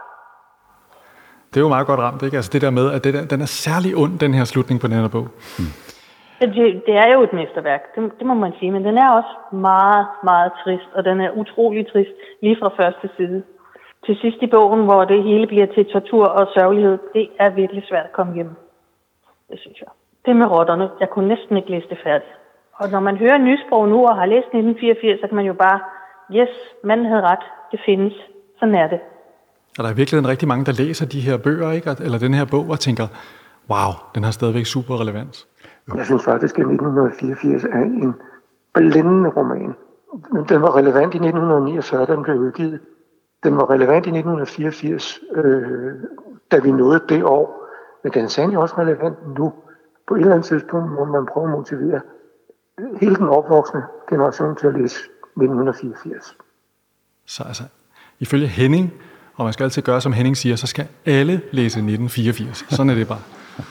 Det er jo meget godt ramt, ikke? Altså det der med, at det der, den er særlig ond, den her slutning på den her bog. Mm. Det, det er jo et mesterværk, det, det må man sige, men den er også meget, meget trist, og den er utrolig trist lige fra første side. Til sidst i bogen, hvor det hele bliver til tortur og sørgelighed, det er virkelig svært at komme hjem. Det synes jeg. Det med rotterne, jeg kunne næsten ikke læse det færdigt. Og når man hører nysprog nu og har læst nitten fireogfirs, så kan man jo bare, yes, manden havde ret, det findes, sådan er det. Og der er virkelig rigtig mange, der læser de her bøger, ikke? Eller den her bog, og tænker, wow, den har stadigvæk super relevans. Jeg synes faktisk, at nitten fireogfirs er en blændende roman. Den var relevant i nitten niogfyrre, da den blev udgivet. Den var relevant i nitten fireogfirs, øh, da vi nåede det år. Men den er sandelig også relevant nu. På et eller andet tidspunkt må man prøve at motivere hele den opvoksende generation til at læse nitten fireogfirs. Så altså, ifølge Henning, og man skal altid gøre, som Henning siger, så skal alle læse nitten fireogfirs. Sådan er det bare.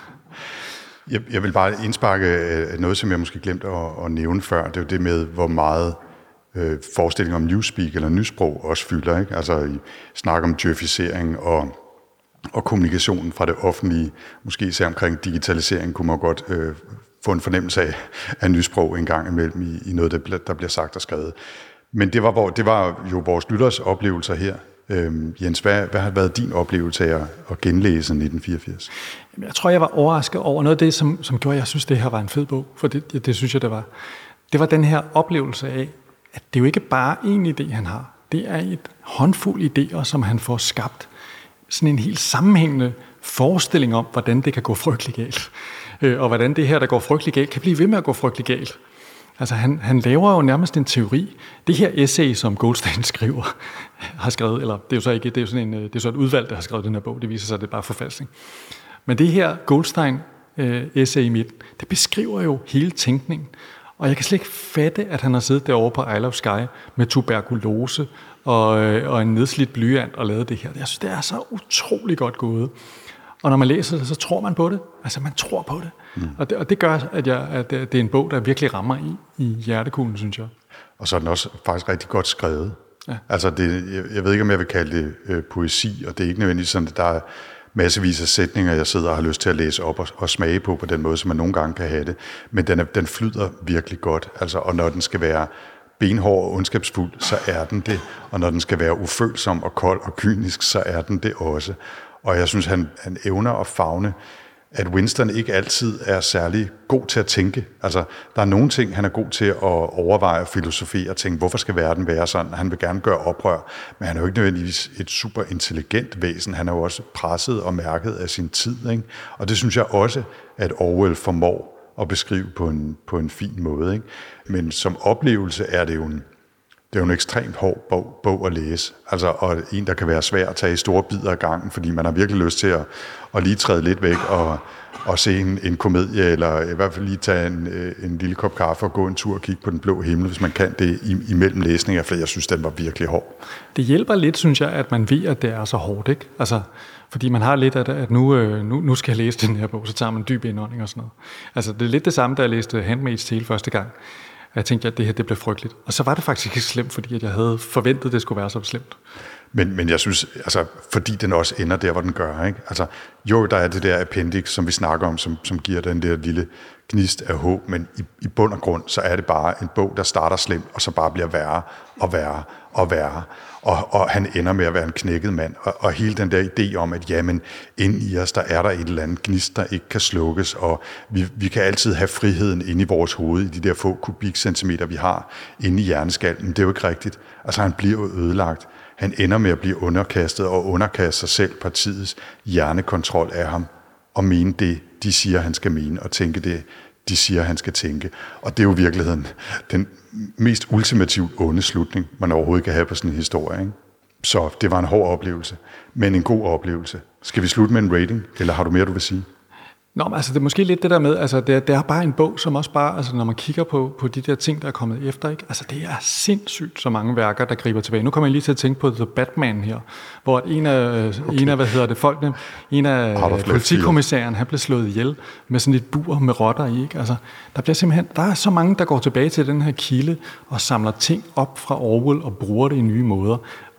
Jeg, jeg vil bare indsparke noget, som jeg måske glemte at, at nævne før. Det er jo det med, hvor meget øh, forestilling om newspeak eller nysprog også fylder. Ikke? Altså i snak om djøfisering og, og kommunikationen fra det offentlige. Måske især omkring digitalisering kunne man godt øh, få en fornemmelse af, af nysprog en gang imellem i, i noget, der, der bliver sagt og skrevet. Men det var, det var jo vores lytteres oplevelser her. Øhm, Jens, hvad, hvad har været din oplevelse af at, at genlæse nitten fireogfirs? Jeg tror, jeg var overrasket over noget af det, som, som gjorde, at jeg synes, det her var en fed bog. For det, det, det synes jeg, det var. Det var den her oplevelse af, at det jo ikke bare én idé, han har. Det er et håndfuld idéer, som han får skabt. Sådan en helt sammenhængende forestilling om, hvordan det kan gå frygtelig galt. Og hvordan det her, der går frygtelig galt, kan blive ved med at gå frygtelig galt. Altså han, han laver jo nærmest en teori. Det her essay, som Goldstein skriver, har skrevet, eller det er jo så ikke, det er jo sådan en, det er så et udvalg, der har skrevet den her bog. Det viser sig, at det er bare forfalskning. Men det her Goldstein øh, essay i midten, det beskriver jo hele tænkningen. Og jeg kan slet ikke fatte, at han har siddet derovre på Isle of Skye med tuberkulose og, øh, og en nedslidt blyant og lavet det her. Jeg synes, det er så utrolig godt gået. Og når man læser det, så tror man på det. Altså, man tror på det. Mm. Og, det og det gør, at, jeg, at det er en bog, der virkelig rammer i, i hjertekuglen, synes jeg. Og så er den også faktisk rigtig godt skrevet. Ja. Altså, det, jeg, jeg ved ikke, om jeg vil kalde det øh, poesi, og det er ikke nødvendigvis sådan, at der er massevis af sætninger, jeg sidder og har lyst til at læse op og, og smage på, på den måde, som man nogle gange kan have det. Men den, er, den flyder virkelig godt. Altså, og når den skal være benhård og ondskabsfuld, så er den det. Og når den skal være ufølsom og kold og kynisk, så er den det også. Og jeg synes, han, han evner at favne, at Winston ikke altid er særlig god til at tænke. Altså, der er nogle ting, han er god til at overveje og filosofere og tænke, hvorfor skal verden være sådan? Han vil gerne gøre oprør, men han er jo ikke nødvendigvis et super intelligent væsen. Han er jo også presset og mærket af sin tid, ikke? Og det synes jeg også, at Orwell formår at beskrive på en, på en fin måde, ikke? Men som oplevelse er det jo en Det er jo en ekstremt hård bog, bog at læse, altså, og en, der kan være svær at tage i store bidder af gangen, fordi man har virkelig lyst til at, at lige træde lidt væk og, og se en, en komedie, eller i hvert fald lige tage en, en lille kop kaffe og gå en tur og kigge på den blå himmel, hvis man kan det imellem læsninger, for jeg synes, den var virkelig hård. Det hjælper lidt, synes jeg, at man ved, at det er så hårdt, ikke? Altså, fordi man har lidt, at, at nu, nu, nu skal jeg læse den her bog, så tager man en dyb indånding og sådan noget. Altså, det er lidt det samme, da jeg læste Handmaid's Tale første gang. Jeg tænkte, at det her det blev frygteligt. Og så var det faktisk ikke slemt, fordi at jeg havde forventet, at det skulle være så slemt. Men, men jeg synes, altså, fordi den også ender der, hvor den gør, ikke? Altså, jo, der er det der appendix, som vi snakker om, som, som giver den der lille gnist af håb, men i, i bund og grund, så er det bare en bog, der starter slemt, og så bare bliver værre og værre og værre. Og, og han ender med at være en knækket mand. Og, og hele den der idé om, at jamen, inde i os, der er der et eller andet gnist, der ikke kan slukkes, og vi, vi kan altid have friheden inde i vores hoved, i de der få kubikcentimeter, vi har inde i hjerneskallen. Det er jo ikke rigtigt. Altså, han bliver jo ødelagt. Han ender med at blive underkastet og underkaste sig selv partiets hjernekontrol af ham, og mene det, de siger, han skal mene, og tænke det, de siger, han skal tænke. Og det er jo i virkeligheden den mest ultimativt onde slutning, man overhovedet kan have på sådan en historie, ikke? Så det var en hård oplevelse, men en god oplevelse. Skal vi slutte med en rating, eller har du mere, du vil sige? Nå, men altså det er måske lidt det der med, altså det er, det er bare en bog, som også bare, altså når man kigger på, på de der ting, der er kommet efter, ikke? Altså det er sindssygt så mange værker, der griber tilbage. Nu kommer jeg lige til at tænke på The Batman her, hvor en af, okay. en af hvad hedder det, folkene, en af politikommissæren, han blev slået ihjel med sådan et bur med rotter i, ikke? Altså der bliver simpelthen, der er så mange, der går tilbage til den her kilde og samler ting op fra Orwell og bruger det i nye måder.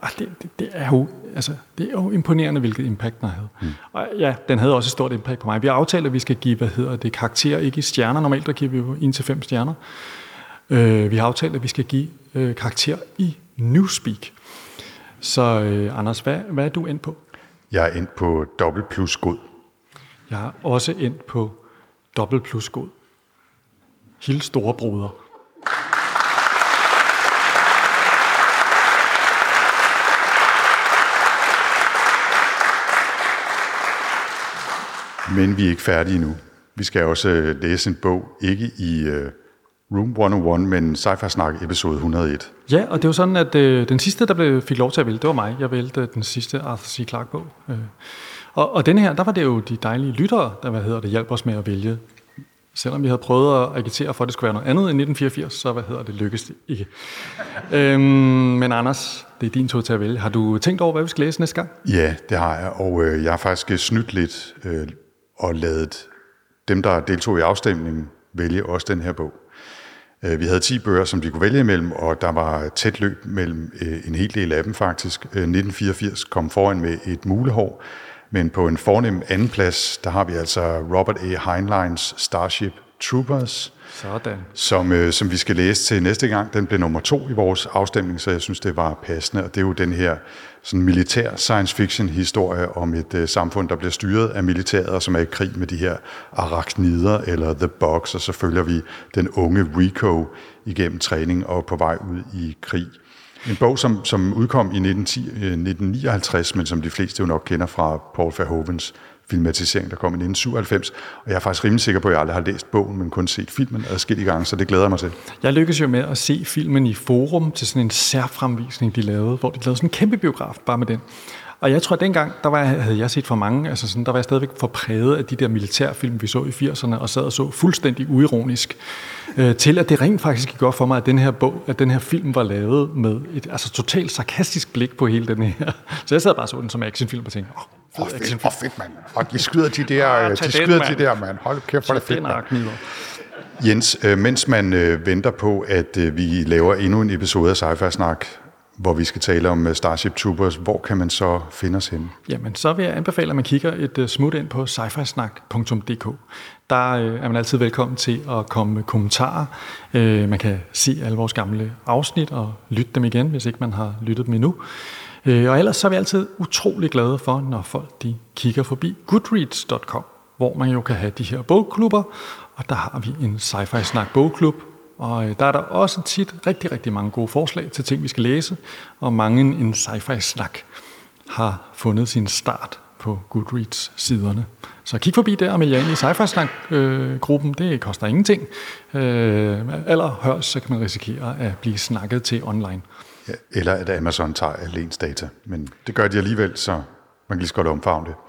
ah, det, det, det, er jo, altså, det er jo imponerende, hvilket impact den havde. Mm. Og ja, den havde også et stort impact på mig. Vi har aftalt, at vi skal give, hvad hedder det, karakter, ikke i stjerner. Normalt der giver vi jo en til fem stjerner. Øh, vi har aftalt, at vi skal give øh, karakter i Newspeak. Så øh, Anders, hvad, hvad er du endt på? Jeg er endt på dobbelt plus god. Jeg er også endt på dobbelt plus god. Hils storebroder. Men vi er ikke færdige nu. Vi skal også læse en bog, ikke i uh, Room et hundrede og en, men Sci-Fi Snak episode et hundrede og et. Ja, og det var sådan, at øh, den sidste, der blev, fik lov til at vælge, det var mig. Jeg valgte den sidste Arthur C. Clarke-bog. Øh. Og, og denne her, der var det jo de dejlige lyttere, der hvad hedder det, hjalp os med at vælge. Selvom vi havde prøvet at agitere for, at det skulle være noget andet end nitten fireogfirs, så hvad hedder det, lykkedes det ikke. øhm, men Anders, det er din tur til at vælge. Har du tænkt over, hvad vi skal læse næste gang? Ja, det har jeg, og øh, jeg har faktisk snydt lidt øh, og ladet dem, der deltog i afstemningen, vælge også den her bog. Øh, vi havde ti bøger, som de kunne vælge imellem, og der var tæt løb mellem øh, en hel del af dem faktisk. Øh, nitten fireogfirs kom foran med et mulehår, men på en fornem anden plads, der har vi altså Robert A. Heinleins Starship Troopers, Sådan. Som, øh, som vi skal læse til næste gang. Den blev nummer to i vores afstemning, så jeg synes, det var passende. Og det er jo den her sådan militær science fiction historie om et øh, samfund, der bliver styret af militæret, og som er i krig med de her arachnider eller The Bugs, og så følger vi den unge Rico igennem træning og på vej ud i krig. En bog, som, som udkom i nitten nioghalvtreds, men som de fleste jo nok kender fra Paul Verhoevens filmatisering, der kom i nitten syvoghalvfems. Og jeg er faktisk rimelig sikker på, at jeg aldrig har læst bogen, men kun set filmen adskillige gange, så det glæder jeg mig til. Jeg lykkedes jo med at se filmen i Forum til sådan en særfremvisning, de lavede, hvor de lavede sådan en kæmpe biograf bare med den. Og jeg tror, at dengang, der var, havde jeg set for mange, altså sådan, der var jeg stadigvæk for præget af de der militærfilm, vi så i firserne, og sad og så fuldstændig uironisk, øh, til at det rent faktisk gik godt for mig, at den her bog, at den her film var lavet med et altså, totalt sarkastisk blik på hele den her. Så jeg sad bare så den som actionfilm og tænkte, åh, oh, fedt, fedt, oh, fedt, mand. Og de skyder de der, de skyder de der, mand. Hold kæft, for det fedt, mand. Jens, øh, mens man øh, venter på, at øh, vi laver endnu en episode af Sci-Fi Snak, hvor vi skal tale om Starship Troopers, hvor kan man så finde os henne? Jamen, så vil jeg anbefale, at man kigger et uh, smut ind på sci fi snak punktum d k. Der uh, er man altid velkommen til at komme med kommentarer. Uh, man kan se alle vores gamle afsnit og lytte dem igen, hvis ikke man har lyttet dem endnu. Uh, og ellers så er vi altid utrolig glade for, når folk de kigger forbi goodreads punktum com, hvor man jo kan have de her bogklubber, og der har vi en Sci-Fi Snak bogklub. Og der er der også tit rigtig, rigtig mange gode forslag til ting, vi skal læse, og mange en sci-fi snak har fundet sin start på Goodreads-siderne. Så kig forbi der og meld jer ind i sci-fi snak-gruppen. Det koster ingenting. Allerhøjst så kan man risikere at blive snakket til online. Ja, eller at Amazon tager alle ens data, men det gør de alligevel, så man kan lige så godt omfavne det.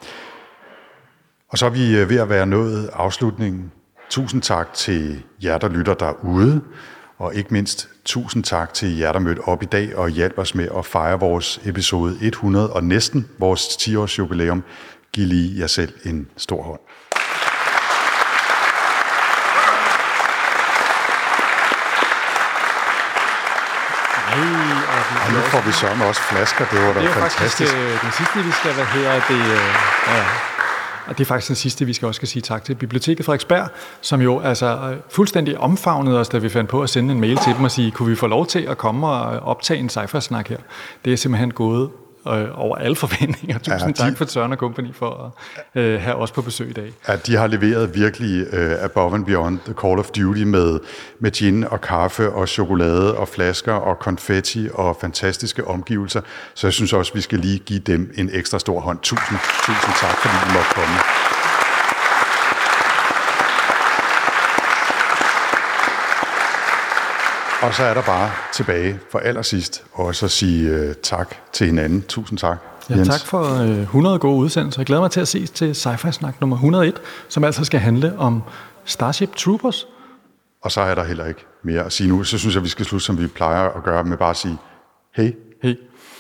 Og så er vi ved at være nået afslutningen. Tusind tak til jer, der lytter derude, og ikke mindst tusind tak til jer, der mødte op i dag og hjalp os med at fejre vores episode hundrede og næsten vores ti års jubilæum. Giv lige jer selv en stor hånd. Nej, og nu får vi sørme også flasker, det var da fantastisk. Det er faktisk den sidste, vi skal, hvad hedder det... Ja. Og det er faktisk den sidste, vi skal også skal sige tak til Biblioteket Frederiksberg, som jo altså fuldstændig omfavnede os, da vi fandt på at sende en mail til dem og sige, kunne vi få lov til at komme og optage en sci-fi snak her? Det er simpelthen gået øh, over alle forventninger. Tusind ja, de, tak for Søren og Company for at øh, have os på besøg i dag. Ja, de har leveret virkelig øh, above and beyond the call of duty med, med gin og kaffe og chokolade og flasker og konfetti og fantastiske omgivelser. Så jeg synes også, vi skal lige give dem en ekstra stor hånd. Tusind, tusind tak, fordi I måtte komme. Og så er der bare tilbage for allersidst også at sige uh, tak til hinanden. Tusind tak, ja, Jens. Tak for uh, hundrede gode udsendelser. Jeg glæder mig til at ses til Sci-Fi Snak nummer et hundrede og et, som altså skal handle om Starship Troopers. Og så er der heller ikke mere at sige nu. Så synes jeg, vi skal slutte, som vi plejer at gøre, med bare at sige hej. Hej.